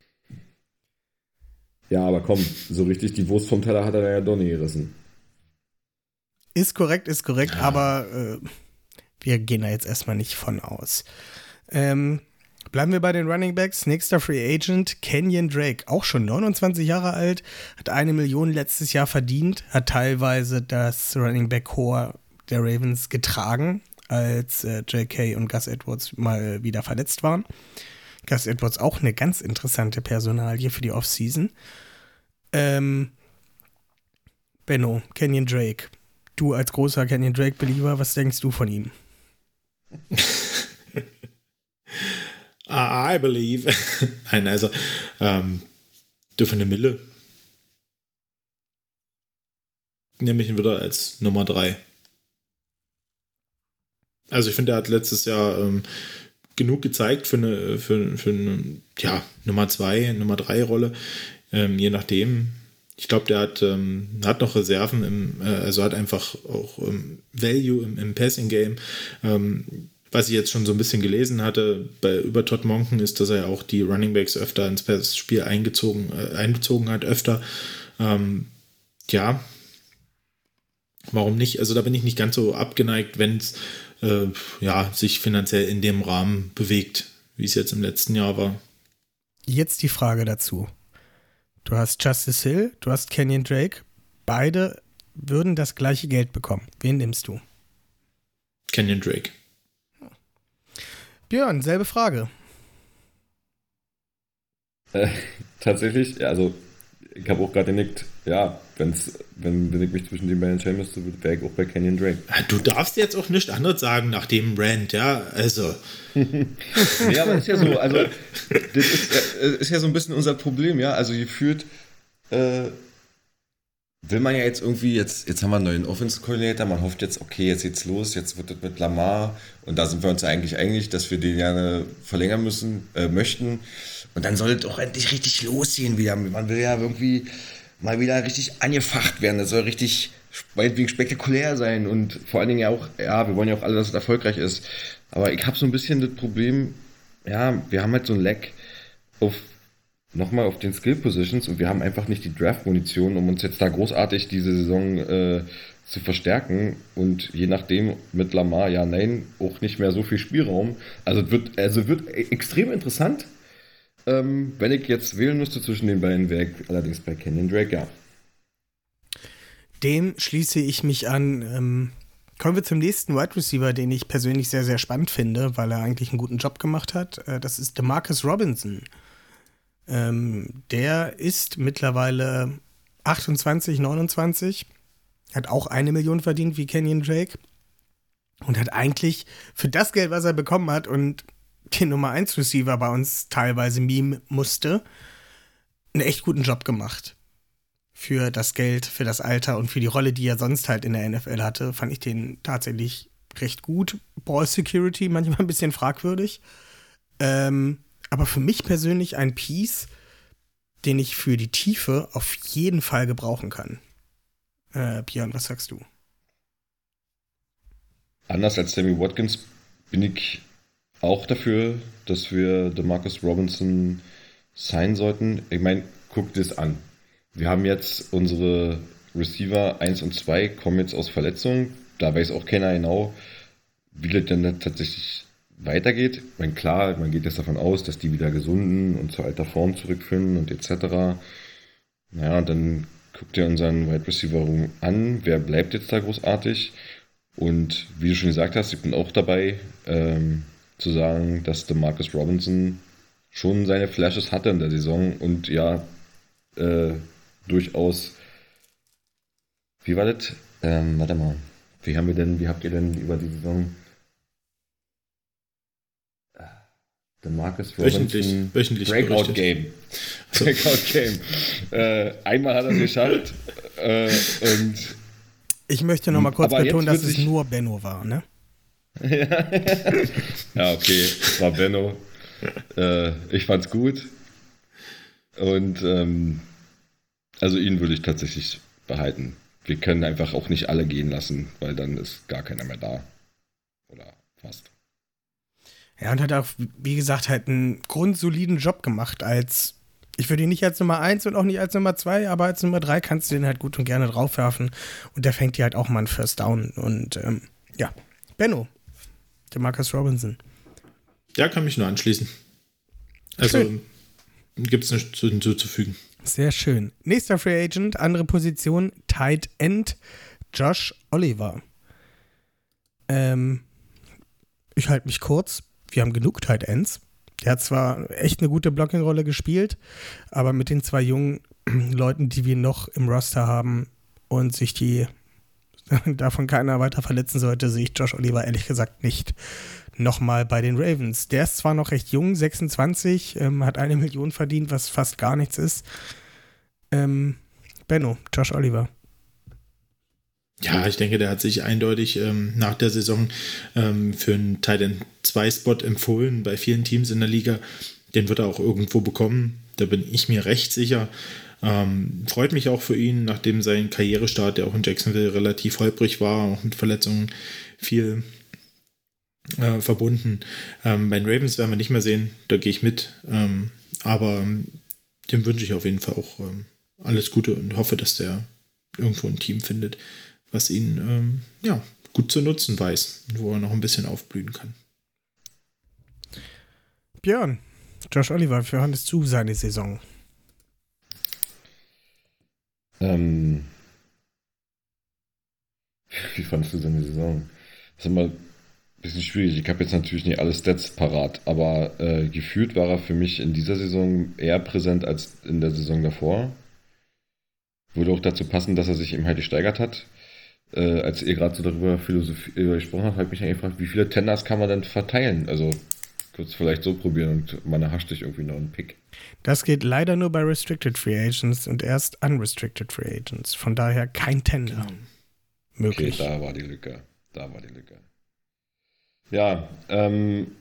Ja, aber komm, so richtig die Wurst vom Teller hat er ja doch nie gerissen. Ist korrekt, ist korrekt, ja. aber äh, wir gehen da jetzt erstmal nicht von aus. Ähm, bleiben wir bei den Running Backs. Nächster Free Agent, Kenyon Drake, auch schon neunundzwanzig Jahre alt, hat eine Million letztes Jahr verdient, hat teilweise das Running Back Core der Ravens getragen, als äh, J K und Gus Edwards mal wieder verletzt waren. Gus Edwards auch eine ganz interessante Personalie für die Offseason. Ähm, Benno, Kenyon Drake. Du als großer Kenyon Drake-Belieber, was denkst du von ihm? I believe. Nein, also ähm, dürfen eine Mille. Nehme ich ihn wieder als Nummer drei. Also ich finde, er hat letztes Jahr ähm, genug gezeigt für eine, für, für eine ja, Nummer zwei, Nummer drei Rolle, ähm, je nachdem. Ich glaube, der hat, ähm, hat noch Reserven, im, äh, also hat einfach auch ähm, Value im, im Passing-Game. Ähm, was ich jetzt schon so ein bisschen gelesen hatte bei, über Todd Monken ist, dass er ja auch die Runningbacks öfter ins Passspiel eingezogen, äh, einbezogen hat, öfter. Ähm, ja, warum nicht? Also da bin ich nicht ganz so abgeneigt, wenn es äh, ja, sich finanziell in dem Rahmen bewegt, wie es jetzt im letzten Jahr war. Jetzt die Frage dazu. Du hast Justice Hill, du hast Kenyon Drake. Beide würden das gleiche Geld bekommen. Wen nimmst du? Kenyon Drake. Björn, selbe Frage. Äh, tatsächlich, also ich habe auch gerade genickt, ja, wenn's, wenn, wenn ich mich zwischen den beiden entscheiden müsste, wäre ich auch bei Kenyon Drake. Du darfst jetzt auch nichts anderes sagen nach dem Rant, ja, also. Ja, aber ist ja so, also das ist, äh, ist ja so ein bisschen unser Problem, ja, also gefühlt äh, will man ja jetzt irgendwie, jetzt, jetzt haben wir einen neuen Offense-Coordinator, man hofft jetzt, okay, jetzt geht's los, jetzt wird das mit Lamar und da sind wir uns ja eigentlich einig, dass wir den gerne verlängern müssen, äh, möchten und dann soll es doch endlich richtig losgehen wieder, man will ja irgendwie mal wieder richtig angefacht werden, das soll richtig meinetwegen spektakulär sein und vor allen Dingen ja auch, ja, wir wollen ja auch alle, dass es erfolgreich ist, aber ich habe so ein bisschen das Problem, ja, wir haben halt so ein Lack auf nochmal auf den Skill-Positions und wir haben einfach nicht die Draft-Munition, um uns jetzt da großartig diese Saison äh, zu verstärken und je nachdem mit Lamar, ja, nein, auch nicht mehr so viel Spielraum. Also es wird, also wird extrem interessant. Ähm, wenn ich jetzt wählen müsste zwischen den beiden, wäre ich allerdings bei Kenyon Drake, ja. Dem schließe ich mich an. Ähm, kommen wir zum nächsten Wide Receiver, den ich persönlich sehr, sehr spannend finde, weil er eigentlich einen guten Job gemacht hat. Äh, das ist DeMarcus Robinson. Ähm, der ist mittlerweile achtundzwanzig, neunundzwanzig, hat auch eine Million verdient wie Kenyon Drake und hat eigentlich für das Geld, was er bekommen hat und den Nummer eins Receiver bei uns teilweise meme musste, einen echt guten Job gemacht. Für das Geld, für das Alter und für die Rolle, die er sonst halt in der N F L hatte, fand ich den tatsächlich recht gut. Ball Security manchmal ein bisschen fragwürdig. Ähm, aber für mich persönlich ein Piece, den ich für die Tiefe auf jeden Fall gebrauchen kann. Äh, Björn, was sagst du? Anders als Sammy Watkins bin ich auch dafür, dass wir DeMarcus Robinson sein sollten. Ich meine, guck dir das an. Wir haben jetzt unsere Receiver eins und zwei kommen jetzt aus Verletzungen. Da weiß auch keiner genau, wie das denn tatsächlich weitergeht. Ich meine, klar, man geht jetzt davon aus, dass die wieder gesunden und zur alter Form zurückfinden und et cetera. Naja, und dann guckt ihr unseren Wide Receiver Room an. Wer bleibt jetzt da großartig? Und wie du schon gesagt hast, ich bin auch dabei, ähm, zu sagen, dass DeMarcus Robinson schon seine Flashes hatte in der Saison und ja, äh, durchaus, wie war das? Ähm, warte mal, wie haben wir denn, wie habt ihr denn über die Saison DeMarcus Robinson Wöchentlich, wöchentlich Breakout berichtet. Game. Breakout Game. äh, einmal hat er es geschafft äh, und Ich möchte noch mal kurz Aber betonen, jetzt dass wird es sich- nur Benno war, ne? Ja, okay, es war Benno. Äh, ich fand's gut. Und ähm, also ihn würde ich tatsächlich behalten. Wir können einfach auch nicht alle gehen lassen, weil dann ist gar keiner mehr da. Oder fast. Ja, und hat auch, wie gesagt, halt einen grundsoliden Job gemacht als, ich würde ihn nicht als Nummer eins und auch nicht als Nummer zwei, aber als Nummer drei kannst du den halt gut und gerne draufwerfen. Und der fängt dir halt auch mal einen First Down. Und ähm, ja, Benno, DeMarcus Robinson. Ja, kann mich nur anschließen. Also gibt es nichts hinzuzufügen. Sehr schön. Nächster Free Agent, andere Position, Tight End, Josh Oliver. Ähm, ich halte mich kurz. Wir haben genug Tight Ends. Der hat zwar echt eine gute Blocking-Rolle gespielt, aber mit den zwei jungen Leuten, die wir noch im Roster haben und sich die davon keiner weiter verletzen sollte, sehe ich Josh Oliver ehrlich gesagt nicht nochmal bei den Ravens. Der ist zwar noch recht jung, sechsundzwanzig, ähm, hat eine Million verdient, was fast gar nichts ist. Ähm, Benno, Josh Oliver. Ja, ich denke, der hat sich eindeutig ähm, nach der Saison ähm, für einen Tight End zwei Spot empfohlen bei vielen Teams in der Liga. Den wird er auch irgendwo bekommen. Da bin ich mir recht sicher. Ähm, freut mich auch für ihn, nachdem sein Karrierestart, der auch in Jacksonville relativ holprig war, auch mit Verletzungen viel äh, verbunden. Ähm, bei den Ravens werden wir nicht mehr sehen, da gehe ich mit. Ähm, aber ähm, dem wünsche ich auf jeden Fall auch ähm, alles Gute und hoffe, dass der irgendwo ein Team findet, was ihn ähm, ja, gut zu nutzen weiß, wo er noch ein bisschen aufblühen kann. Björn, Josh Oliver, wie fandest du seine Saison? Ähm, wie fandest du seine Saison? Das ist immer ein bisschen schwierig. Ich habe jetzt natürlich nicht alle Stats parat, aber äh, gefühlt war er für mich in dieser Saison eher präsent als in der Saison davor. Würde auch dazu passen, dass er sich eben halt gesteigert hat. Äh, als ihr gerade so darüber Philosophie äh, gesprochen habt, habe ich mich eigentlich gefragt, wie viele Tenders kann man denn verteilen? Also kurz vielleicht so probieren und man erhascht sich irgendwie noch einen Pick. Das geht leider nur bei Restricted Free Agents und erst Unrestricted Free Agents. Von daher kein Tender Okay, möglich. da war die Lücke. Da war die Lücke. Ja, ähm,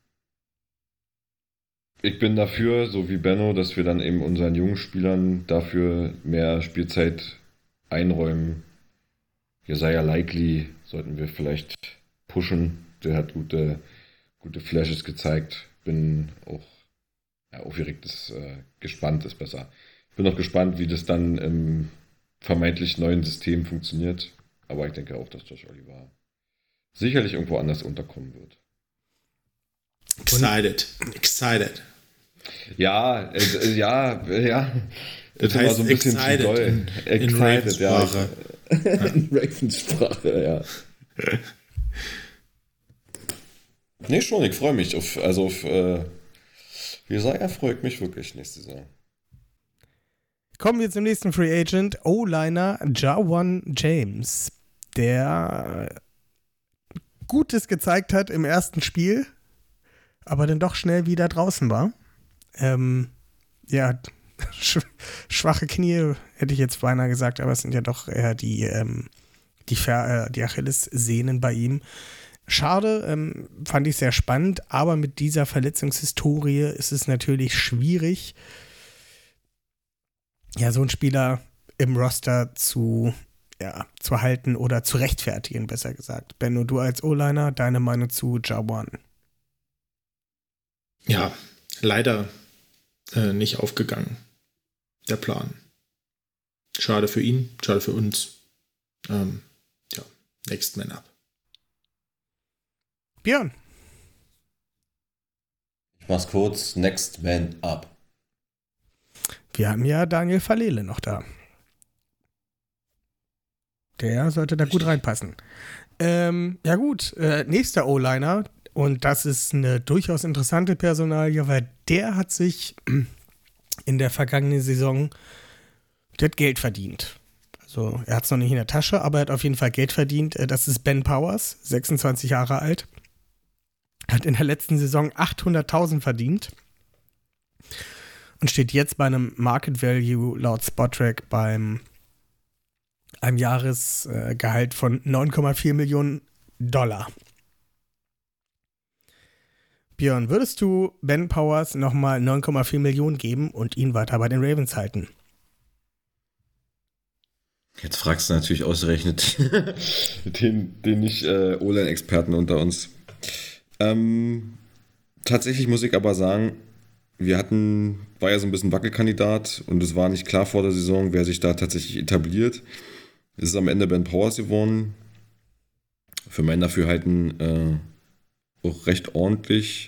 ich bin dafür, so wie Benno, dass wir dann eben unseren jungen Spielern dafür mehr Spielzeit einräumen. Jesaja Likely sollten wir vielleicht pushen. Der hat gute, gute Flashes gezeigt. Bin auch ja, aufgeregt, ist, äh, gespannt ist besser. Bin auch gespannt, wie das dann im vermeintlich neuen System funktioniert. Aber ich denke auch, dass Josh Oliver sicherlich irgendwo anders unterkommen wird. Excited. Excited. Ja, äh, ja, ja. Das ist immer heißt so ein bisschen excited zu doll. in- in Excited, ja. Ravensprache. In Ravensprache, ja. Nee, schon, ich freue mich auf, also auf, äh, wie gesagt, er freut mich wirklich nächste Saison. Kommen wir zum nächsten Free Agent, O-Liner Jawan James, der Gutes gezeigt hat im ersten Spiel, aber dann doch schnell wieder draußen war. Ähm, ja, sch- schwache Knie, hätte ich jetzt beinahe gesagt, aber es sind ja doch eher die, ähm, die, Ver- äh, die Achillessehnen bei ihm. Schade, ähm, fand ich sehr spannend, aber mit dieser Verletzungshistorie ist es natürlich schwierig, ja, so einen Spieler im Roster zu, ja, zu halten oder zu rechtfertigen, besser gesagt. Benno, du als O-Liner, deine Meinung zu Jawan? Ja, leider äh, nicht aufgegangen, der Plan. Schade für ihn, schade für uns. Ähm, ja, next man up. Björn. Ich mach's kurz, next man up. Wir haben ja Daniel Falele noch da. Der sollte da gut reinpassen. Ähm, ja gut, äh, nächster O-Liner, und das ist eine durchaus interessante Personalie, weil der hat sich in der vergangenen Saison, der hat Geld verdient. Also er hat es noch nicht in der Tasche, aber er hat auf jeden Fall Geld verdient. Das ist Ben Powers, sechsundzwanzig Jahre alt. Hat in der letzten Saison achthunderttausend verdient und steht jetzt bei einem Market Value laut Spotrac beim einem Jahresgehalt von neun Komma vier Millionen Dollar. Björn, würdest du Ben Powers nochmal neun Komma vier Millionen geben und ihn weiter bei den Ravens halten? Jetzt fragst du natürlich ausgerechnet den, den nicht äh, O-Line-Experten unter uns. Ähm, tatsächlich muss ich aber sagen, wir hatten, war ja so ein bisschen Wackelkandidat und es war nicht klar vor der Saison, wer sich da tatsächlich etabliert. Es ist am Ende Ben Powers geworden. Für mein Dafürhalten äh, auch recht ordentlich.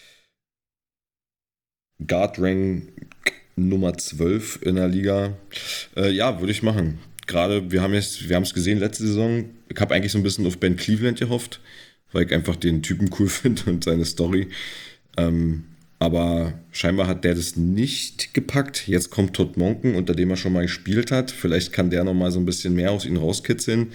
Guard-Rank Nummer zwölf in der Liga. Äh, ja, würde ich machen. Gerade, wir haben es wir haben es gesehen letzte Saison. Ich habe eigentlich so ein bisschen auf Ben Cleveland gehofft, weil ich einfach den Typen cool finde und seine Story. Ähm, aber scheinbar hat der das nicht gepackt. Jetzt kommt Todd Monken, unter dem er schon mal gespielt hat. Vielleicht kann der nochmal so ein bisschen mehr aus ihm rauskitzeln.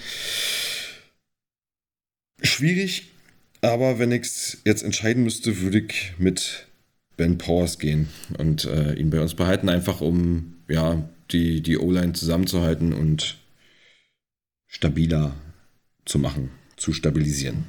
Schwierig, aber wenn ich es jetzt entscheiden müsste, würde ich mit Ben Powers gehen und äh, ihn bei uns behalten, einfach um ja, die, die O-Line zusammenzuhalten und stabiler zu machen, zu stabilisieren.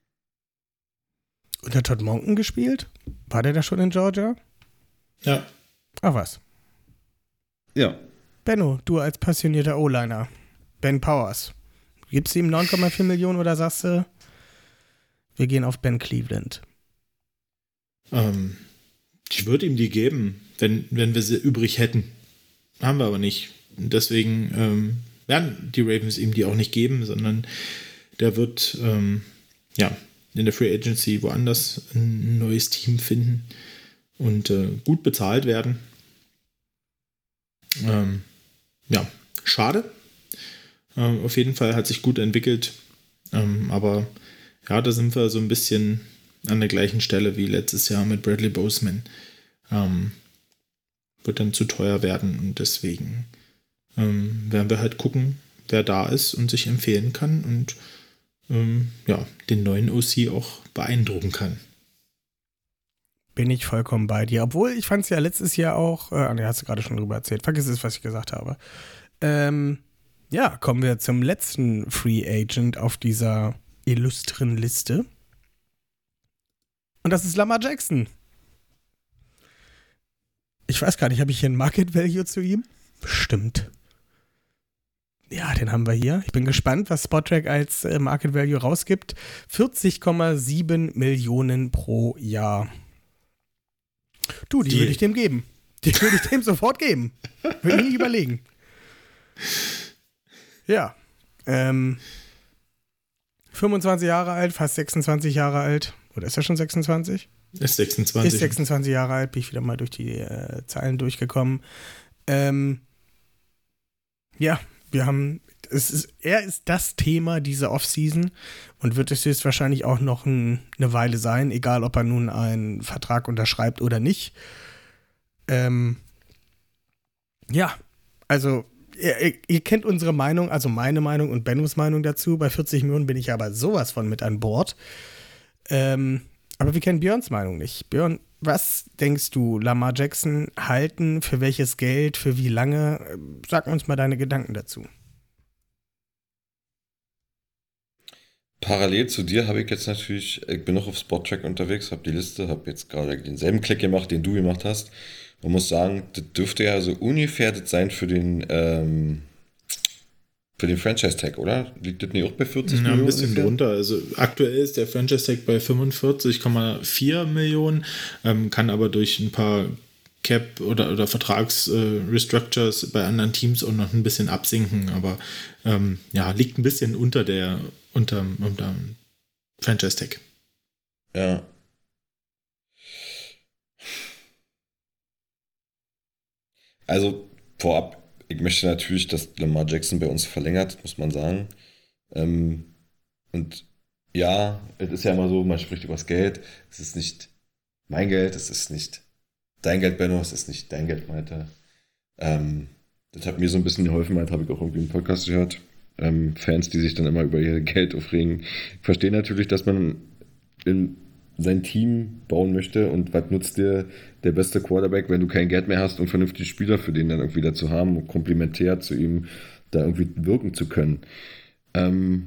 Und hat Todd Monken gespielt? War der da schon in Georgia? Ja. Ach was. Ja. Benno, du als passionierter O-Liner. Ben Powers. Gibst du ihm neun Komma vier Millionen oder sagst du, wir gehen auf Ben Cleveland? Ähm, ich würde ihm die geben, wenn, wenn wir sie übrig hätten. Haben wir aber nicht. Und deswegen ähm, werden die Ravens ihm die auch nicht geben, sondern der wird ähm, ja, in der Free Agency woanders ein neues Team finden und äh, gut bezahlt werden. Ähm, ja, schade. Ähm, auf jeden Fall hat sich gut entwickelt. Ähm, aber ja, da sind wir so ein bisschen an der gleichen Stelle wie letztes Jahr mit Bradley Boseman. Ähm, wird dann zu teuer werden und deswegen ähm, werden wir halt gucken, wer da ist und sich empfehlen kann und ähm, ja, den neuen O C auch beeindrucken kann. Bin ich vollkommen bei dir. Obwohl, ich fand es ja letztes Jahr auch, äh, ne, hast du gerade schon drüber erzählt, vergiss es, was ich gesagt habe. Ähm, ja, kommen wir zum letzten Free Agent auf dieser illustren Liste. Und das ist Lamar Jackson. Ich weiß gar nicht, habe ich hier ein Market Value zu ihm? Bestimmt. Ja, den haben wir hier. Ich bin gespannt, was Spotrac als äh, Market Value rausgibt. vierzig Komma sieben Millionen pro Jahr. Du, die, die würde ich dem geben. Die würde ich dem sofort geben. Würde ich nicht überlegen. Ja. Ähm, fünfundzwanzig Jahre alt, fast sechsundzwanzig Jahre alt. Oder ist er schon sechsundzwanzig? Ist sechsundzwanzig. Ist sechsundzwanzig Jahre alt, bin ich wieder mal durch die äh, Zeilen durchgekommen. Ähm, ja, wir haben, es ist, er ist das Thema dieser Offseason und wird es jetzt wahrscheinlich auch noch ein, eine Weile sein, egal ob er nun einen Vertrag unterschreibt oder nicht. Ähm, ja, also ihr, ihr kennt unsere Meinung, also meine Meinung und Bennos Meinung dazu. Bei vierzig Millionen bin ich aber sowas von mit an Bord. Ähm, aber wir kennen Björns Meinung nicht. Björn, was denkst du, Lamar Jackson halten, für welches Geld, für wie lange? Sag uns mal deine Gedanken dazu. Parallel zu dir habe ich jetzt natürlich, ich bin noch auf Spottrack unterwegs, habe die Liste, habe jetzt gerade denselben Klick gemacht, den du gemacht hast. Man muss sagen, das dürfte ja so ungefähr das sein für den, ähm, für den Franchise-Tag, oder? Liegt das nicht auch bei vierzig Ja, Millionen? ein bisschen ungefähr? drunter. Also aktuell ist der Franchise-Tag bei fünfundvierzig Komma vier Millionen, ähm, kann aber durch ein paar Cap- oder, oder Vertrags-Restructures äh, bei anderen Teams auch noch ein bisschen absinken, aber ähm, ja, liegt ein bisschen unter der unterm, unterm Franchise-Tag. Ja. Also vorab, ich möchte natürlich, dass Lamar Jackson bei uns verlängert, muss man sagen. Ähm, und ja, es ist ja immer so, man spricht über das Geld. Es ist nicht mein Geld, es ist nicht dein Geld, Benno, es ist nicht dein Geld, meinte. Ähm, das hat mir so ein bisschen geholfen, meinte, habe ich auch irgendwie im Podcast gehört. Ähm, Fans, die sich dann immer über ihr Geld aufregen. Ich verstehe natürlich, dass man in sein Team bauen möchte und was nutzt dir der beste Quarterback, wenn du kein Geld mehr hast und vernünftige Spieler für den dann irgendwie dazu haben, um komplementär zu ihm da irgendwie wirken zu können. Ähm,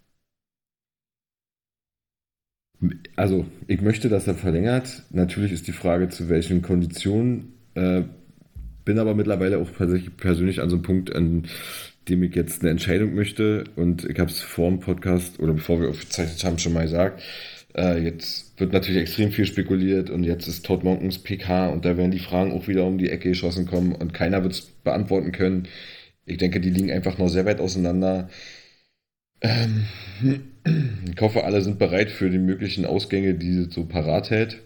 also, ich möchte, dass er verlängert. Natürlich ist die Frage, zu welchen Konditionen. Äh, bin aber mittlerweile auch tatsächlich persönlich an so einem Punkt, an dem ich jetzt eine Entscheidung möchte. Und ich habe es vor dem Podcast oder bevor wir aufgezeichnet haben, schon mal gesagt. Äh, jetzt wird natürlich extrem viel spekuliert und jetzt ist Todd Monkens P K und da werden die Fragen auch wieder um die Ecke geschossen kommen und keiner wird es beantworten können. Ich denke, die liegen einfach noch sehr weit auseinander. Ähm, ich hoffe, alle sind bereit für die möglichen Ausgänge, die sie so parat hält.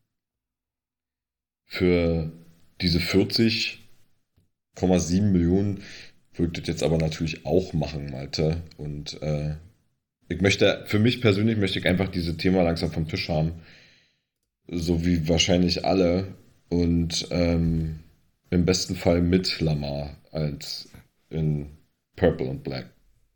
Für diese vierzig Komma sieben Millionen würde das jetzt aber natürlich auch machen, Malte. Und äh, ich möchte, für mich persönlich möchte ich einfach dieses Thema langsam vom Tisch haben. So wie wahrscheinlich alle. Und ähm, im besten Fall mit Lamar als in Purple und Black.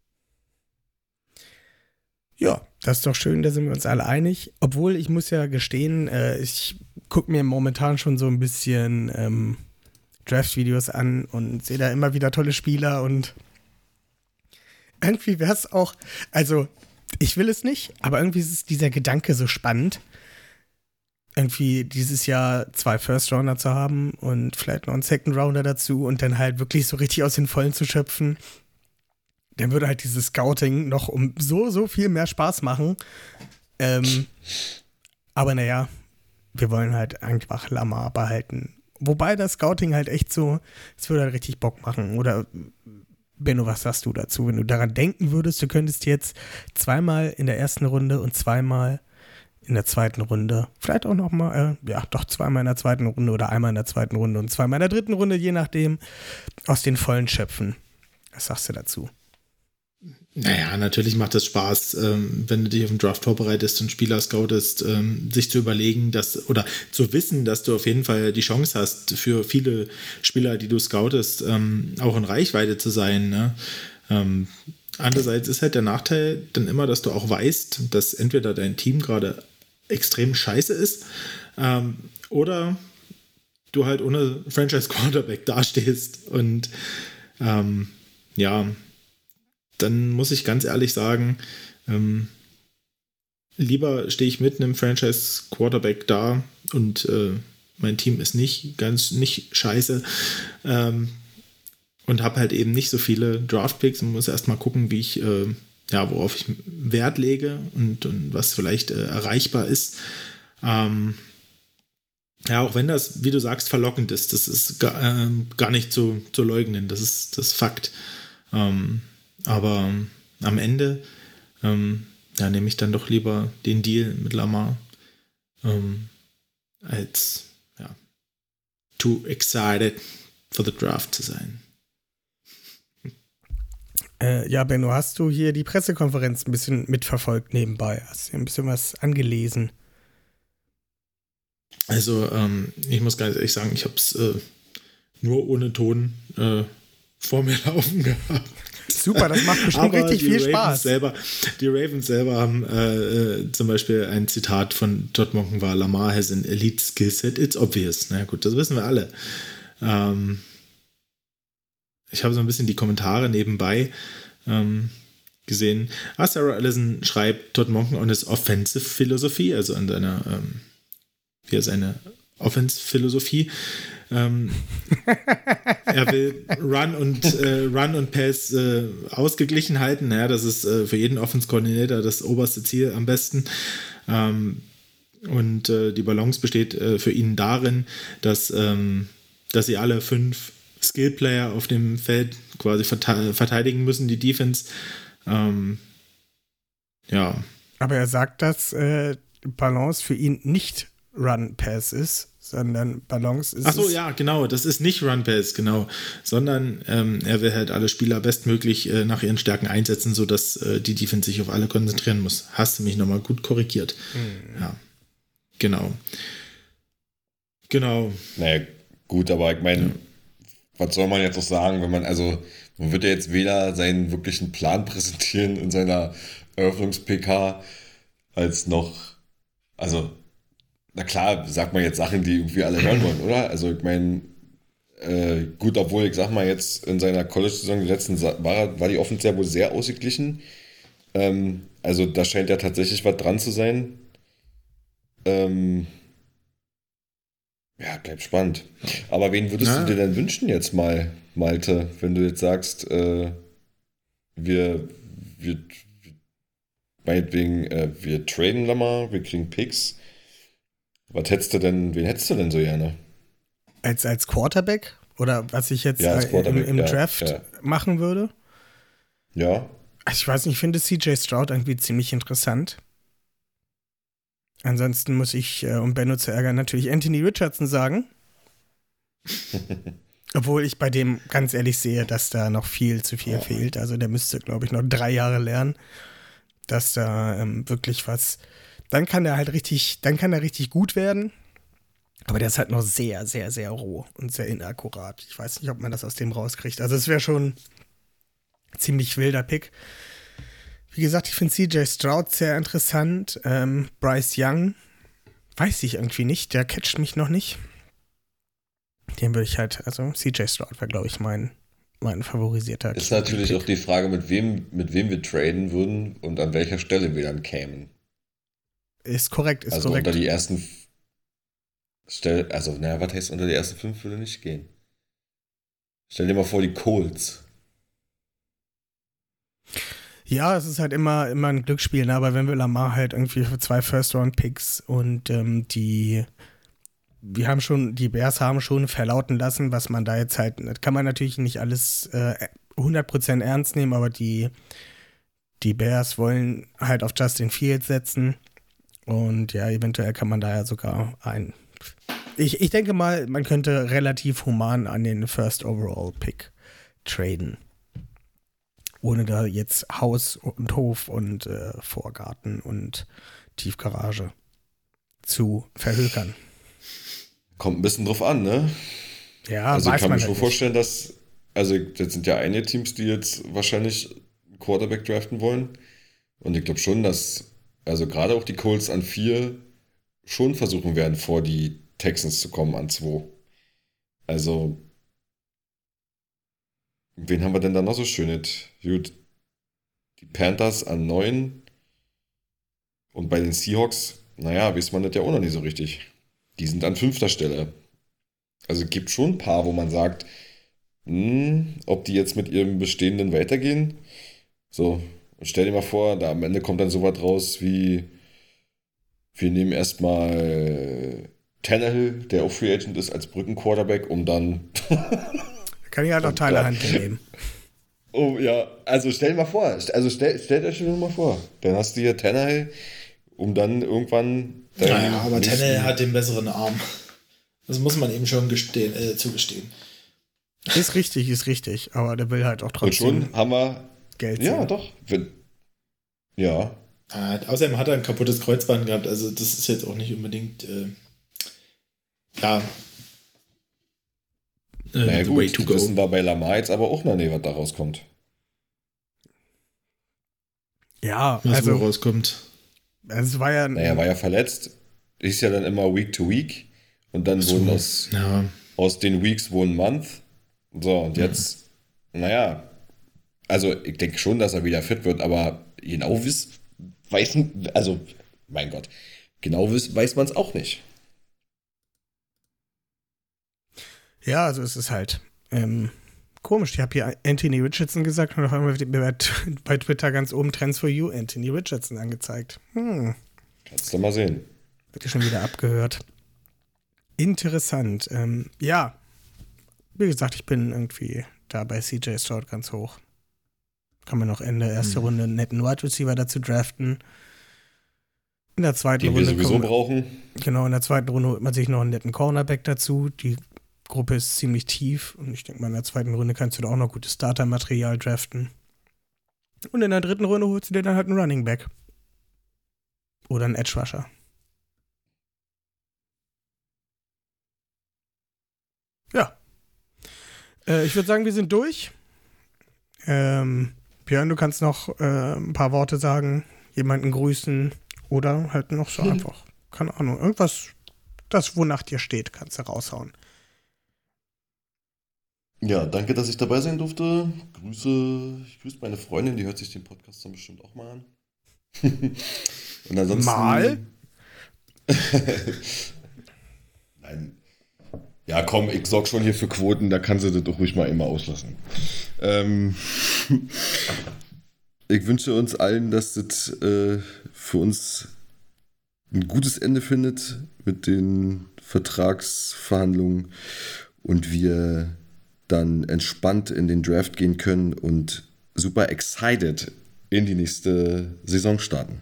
Ja, das ist doch schön, da sind wir uns alle einig. Obwohl, ich muss ja gestehen, äh, ich gucke mir momentan schon so ein bisschen ähm, Draft-Videos an und sehe da immer wieder tolle Spieler und irgendwie wäre es auch, also ich will es nicht, aber irgendwie ist dieser Gedanke so spannend, irgendwie dieses Jahr zwei First-Rounder zu haben und vielleicht noch einen Second-Rounder dazu und dann halt wirklich so richtig aus den Vollen zu schöpfen. Dann würde halt dieses Scouting noch um so, so viel mehr Spaß machen. Ähm, aber naja, wir wollen halt einfach Lamar behalten. Wobei das Scouting halt echt so, es würde halt richtig Bock machen. Oder Benno, was sagst du dazu? Wenn du daran denken würdest, du könntest jetzt zweimal in der ersten Runde und zweimal in der zweiten Runde, vielleicht auch nochmal, äh, ja, doch zweimal in der zweiten Runde oder einmal in der zweiten Runde und zweimal in der dritten Runde, je nachdem, aus den Vollen schöpfen. Was sagst du dazu? Naja, natürlich macht es Spaß, ähm, wenn du dich auf den Draft vorbereitest und Spieler scoutest, ähm, sich zu überlegen, dass oder zu wissen, dass du auf jeden Fall die Chance hast, für viele Spieler, die du scoutest, ähm, auch in Reichweite zu sein. Ne? Ähm, andererseits ist halt der Nachteil dann immer, dass du auch weißt, dass entweder dein Team gerade extrem scheiße ist ähm, oder du halt ohne Franchise-Quarterback dastehst und ähm, ja, dann muss ich ganz ehrlich sagen, ähm, lieber stehe ich mit einem Franchise-Quarterback da und äh, mein Team ist nicht ganz nicht scheiße ähm, und habe halt eben nicht so viele Draft-Picks und muss erstmal gucken, wie ich, äh, ja, worauf ich Wert lege und, und was vielleicht äh, erreichbar ist. Ähm, ja, auch wenn das, wie du sagst, verlockend ist, das ist gar, äh, gar nicht zu, zu leugnen, das ist das ist Fakt. Ähm, aber ähm, am Ende ähm, ja, nehme ich dann doch lieber den Deal mit Lamar ähm, als ja, too excited for the draft zu sein. Äh, ja, Benno, hast du hier die Pressekonferenz ein bisschen mitverfolgt nebenbei? Hast du ein bisschen was angelesen? Also, ähm, ich muss ganz ehrlich sagen, ich habe es äh, nur ohne Ton äh, vor mir laufen gehabt. Super, das macht bestimmt richtig viel Ravens Spaß. Selber, die Ravens selber haben äh, zum Beispiel ein Zitat von Todd Monken war: Lamar has an elite skill set, it's obvious. Na gut, das wissen wir alle. Ähm, ich habe so ein bisschen die Kommentare nebenbei ähm, gesehen. Ah, Sarah Allison schreibt Todd Monken on his Offensive Philosophy, also an seiner, ähm, wie er seine Offense-Philosophie. Ähm, er will Run und äh, Run und Pass äh, ausgeglichen halten. Naja, das ist äh, für jeden Offense-Koordinator das oberste Ziel am besten. Ähm, und äh, die Balance besteht äh, für ihn darin, dass, ähm, dass sie alle fünf Skill-Player auf dem Feld quasi verte- verteidigen müssen, die Defense. Ähm, ja. Aber er sagt, dass äh, Balance für ihn nicht Run-Pass ist, sondern Balance ist. Ach so, ja, genau. Das ist nicht Run-Pass, genau. Sondern ähm, er will halt alle Spieler bestmöglich äh, nach ihren Stärken einsetzen, sodass äh, die Defense sich auf alle konzentrieren muss. Hast du mich nochmal gut korrigiert. Mhm. Ja, genau. Genau. Naja, gut, aber ich meine, ja. Was soll man jetzt auch sagen, wenn man, also, man wird ja jetzt weder seinen wirklichen Plan präsentieren in seiner Eröffnungs-P K, als noch, also, na klar, sagt man jetzt Sachen, die irgendwie alle hören wollen, oder? Also ich meine, äh, gut, obwohl ich sag mal jetzt in seiner College-Saison, die letzten war, war die Offense ja wohl sehr ausgeglichen. Ähm, also da scheint ja tatsächlich was dran zu sein. Ähm, ja, bleibt spannend. Aber wen würdest ja. du dir denn wünschen jetzt mal, Malte, wenn du jetzt sagst, äh, wir, wir, meinetwegen, äh, wir traden da mal, wir kriegen Picks. Was hättest du denn, wen hättest du denn so gerne? Als, als Quarterback? Oder was ich jetzt ja, im, im ja, Draft ja. machen würde? Ja. Ich weiß nicht, ich finde C J Stroud irgendwie ziemlich interessant. Ansonsten muss ich, äh, um Benno zu ärgern, natürlich Anthony Richardson sagen. Obwohl ich bei dem ganz ehrlich sehe, dass da noch viel zu viel ja. fehlt. Also der müsste, glaube ich, noch drei Jahre lernen, dass da ähm, wirklich was... Dann kann er halt richtig, dann kann er richtig gut werden. Aber der ist halt noch sehr, sehr, sehr roh und sehr inakkurat. Ich weiß nicht, ob man das aus dem rauskriegt. Also es wäre schon ein ziemlich wilder Pick. Wie gesagt, ich finde C J Stroud sehr interessant. Ähm, Bryce Young, weiß ich irgendwie nicht. Der catcht mich noch nicht. Den würde ich halt, also C J Stroud wäre, glaube ich, mein, mein favorisierter. Ist natürlich Pick. Auch die Frage, mit wem, mit wem wir traden würden und an welcher Stelle wir dann kämen. Ist korrekt, ist also korrekt. Also unter die ersten Stell, also, naja, was heißt unter die ersten fünf würde nicht gehen? Stell dir mal vor, die Colts. Ja, es ist halt immer, immer ein Glücksspiel, ne? Aber wenn wir Lamar halt irgendwie für zwei First-Round-Picks und ähm, die, wir haben schon, die Bears haben schon verlauten lassen, was man da jetzt halt, das kann man natürlich nicht alles äh, hundert Prozent ernst nehmen, aber die, die Bears wollen halt auf Justin Fields setzen. Und ja, eventuell kann man da ja sogar ein. Ich, ich denke mal, man könnte relativ human an den First Overall Pick traden. Ohne da jetzt Haus und Hof und äh, Vorgarten und Tiefgarage zu verhökern. Kommt ein bisschen drauf an, ne? Ja, also weiß ich kann man mir schon halt vorstellen, dass, also jetzt sind ja einige Teams, die jetzt wahrscheinlich einen Quarterback draften wollen. Und ich glaube schon, dass also gerade auch die Colts an vier schon versuchen werden, vor die Texans zu kommen an zwei. Also, wen haben wir denn da noch so schön? Gut, die Panthers an neun und bei den Seahawks, naja, weiß man das ja auch noch nicht so richtig. Die sind an fünfter Stelle. Also es gibt schon ein paar, wo man sagt, mh, ob die jetzt mit ihrem Bestehenden weitergehen. So, und stell dir mal vor, da am Ende kommt dann sowas raus wie, wir nehmen erstmal Tannehill, der auch Free Agent ist, als Brückenquarterback, um dann... Kann ich halt auch Tyler Huntley nehmen. Oh ja, also stell dir mal vor, also stell, stellt euch schon mal vor, dann hast du hier Tannehill, um dann irgendwann... Naja, aber Tannehill hat den besseren Arm. Das muss man eben schon gestehen, äh, zugestehen. Ist richtig, ist richtig, aber der will halt auch trotzdem... Und schon haben wir... Geld ja, sehen. doch. Wenn, ja. Ah, außerdem hat er ein kaputtes Kreuzband gehabt, also das ist jetzt auch nicht unbedingt äh, ja äh, naja, the gut, way to go. Wissen wir bei Lamar jetzt aber auch noch nicht, was da rauskommt. Ja, was also wo rauskommt. Es war ja... Naja, war ja verletzt. Ist ja dann immer Week to Week und dann so, wurden aus, ja. aus den Weeks one Month. So, und jetzt, mhm. naja... Also ich denke schon, dass er wieder fit wird, aber genau wiss, weiß, also mein Gott, genau wiss, weiß man es auch nicht. Ja, also es ist halt ähm, komisch. Ich habe hier Anthony Richardson gesagt und auf einmal wird bei Twitter ganz oben Trends for You Anthony Richardson angezeigt. Hm. Kannst du mal sehen. Wird ja schon wieder abgehört. Interessant. Ähm, ja, wie gesagt, ich bin irgendwie da bei C J Stroud ganz hoch. Kann man noch Ende erste hm. Runde einen netten Wide Receiver dazu draften. In der zweiten Den Runde. wir sowieso kommen, brauchen. Genau, in der zweiten Runde holt man sich noch einen netten Cornerback dazu. Die Gruppe ist ziemlich tief und ich denke mal, in der zweiten Runde kannst du da auch noch gutes Starter-Material draften. Und in der dritten Runde holst du dir dann halt einen Running Back. Oder einen Edge-Rusher. Ja. Äh, ich würde sagen, wir sind durch. Ähm, Björn, du kannst noch äh, ein paar Worte sagen, jemanden grüßen oder halt noch so hm. einfach, keine Ahnung, irgendwas, das wonach dir steht, kannst du raushauen. Ja, danke, dass ich dabei sein durfte. Grüße, ich grüße meine Freundin, die hört sich den Podcast dann bestimmt auch mal an. Und ansonsten. Mal? Nein. Ja, komm, ich sorge schon hier für Quoten, da kann sie das doch ruhig mal immer auslassen. Ähm, ich wünsche uns allen, dass das äh, für uns ein gutes Ende findet mit den Vertragsverhandlungen und wir dann entspannt in den Draft gehen können und super excited in die nächste Saison starten.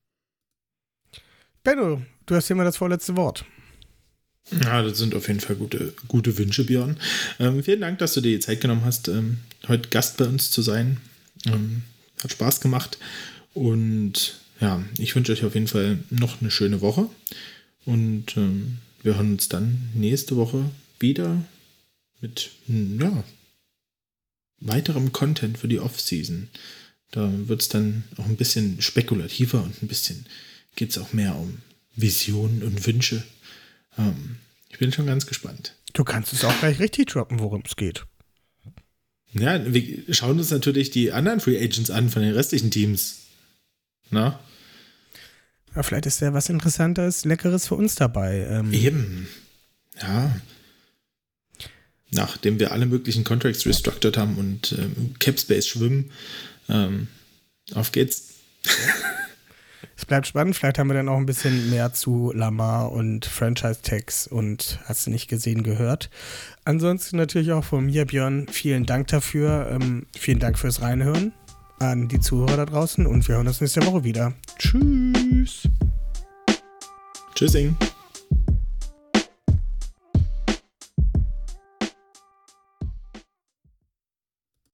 Benno, du hast hier mal das vorletzte Wort. Ja, das sind auf jeden Fall gute, gute Wünsche, Björn. Ähm, vielen Dank, dass du dir die Zeit genommen hast, ähm, heute Gast bei uns zu sein. Ähm, hat Spaß gemacht. Und ja, ich wünsche euch auf jeden Fall noch eine schöne Woche. Und ähm, wir hören uns dann nächste Woche wieder mit ja, weiterem Content für die Off-Season. Da wird es dann auch ein bisschen spekulativer und ein bisschen geht es auch mehr um Visionen und Wünsche. Ähm, ich bin schon ganz gespannt. Du kannst es auch gleich richtig droppen, worum es geht. Ja, wir schauen uns natürlich die anderen Free Agents an von den restlichen Teams. Na? Ja, vielleicht ist ja was Interessantes, Leckeres für uns dabei. Ähm Eben. Ja. Nachdem wir alle möglichen Contracts restructured haben und ähm, Cap Space schwimmen, ähm, auf geht's. Es bleibt spannend, vielleicht haben wir dann auch ein bisschen mehr zu Lamar und Franchise-Tags und hast du nicht gesehen, gehört. Ansonsten natürlich auch von mir, Björn, vielen Dank dafür. Ähm, vielen Dank fürs Reinhören an die Zuhörer da draußen und wir hören uns nächste Woche wieder. Tschüss. Tschüssing.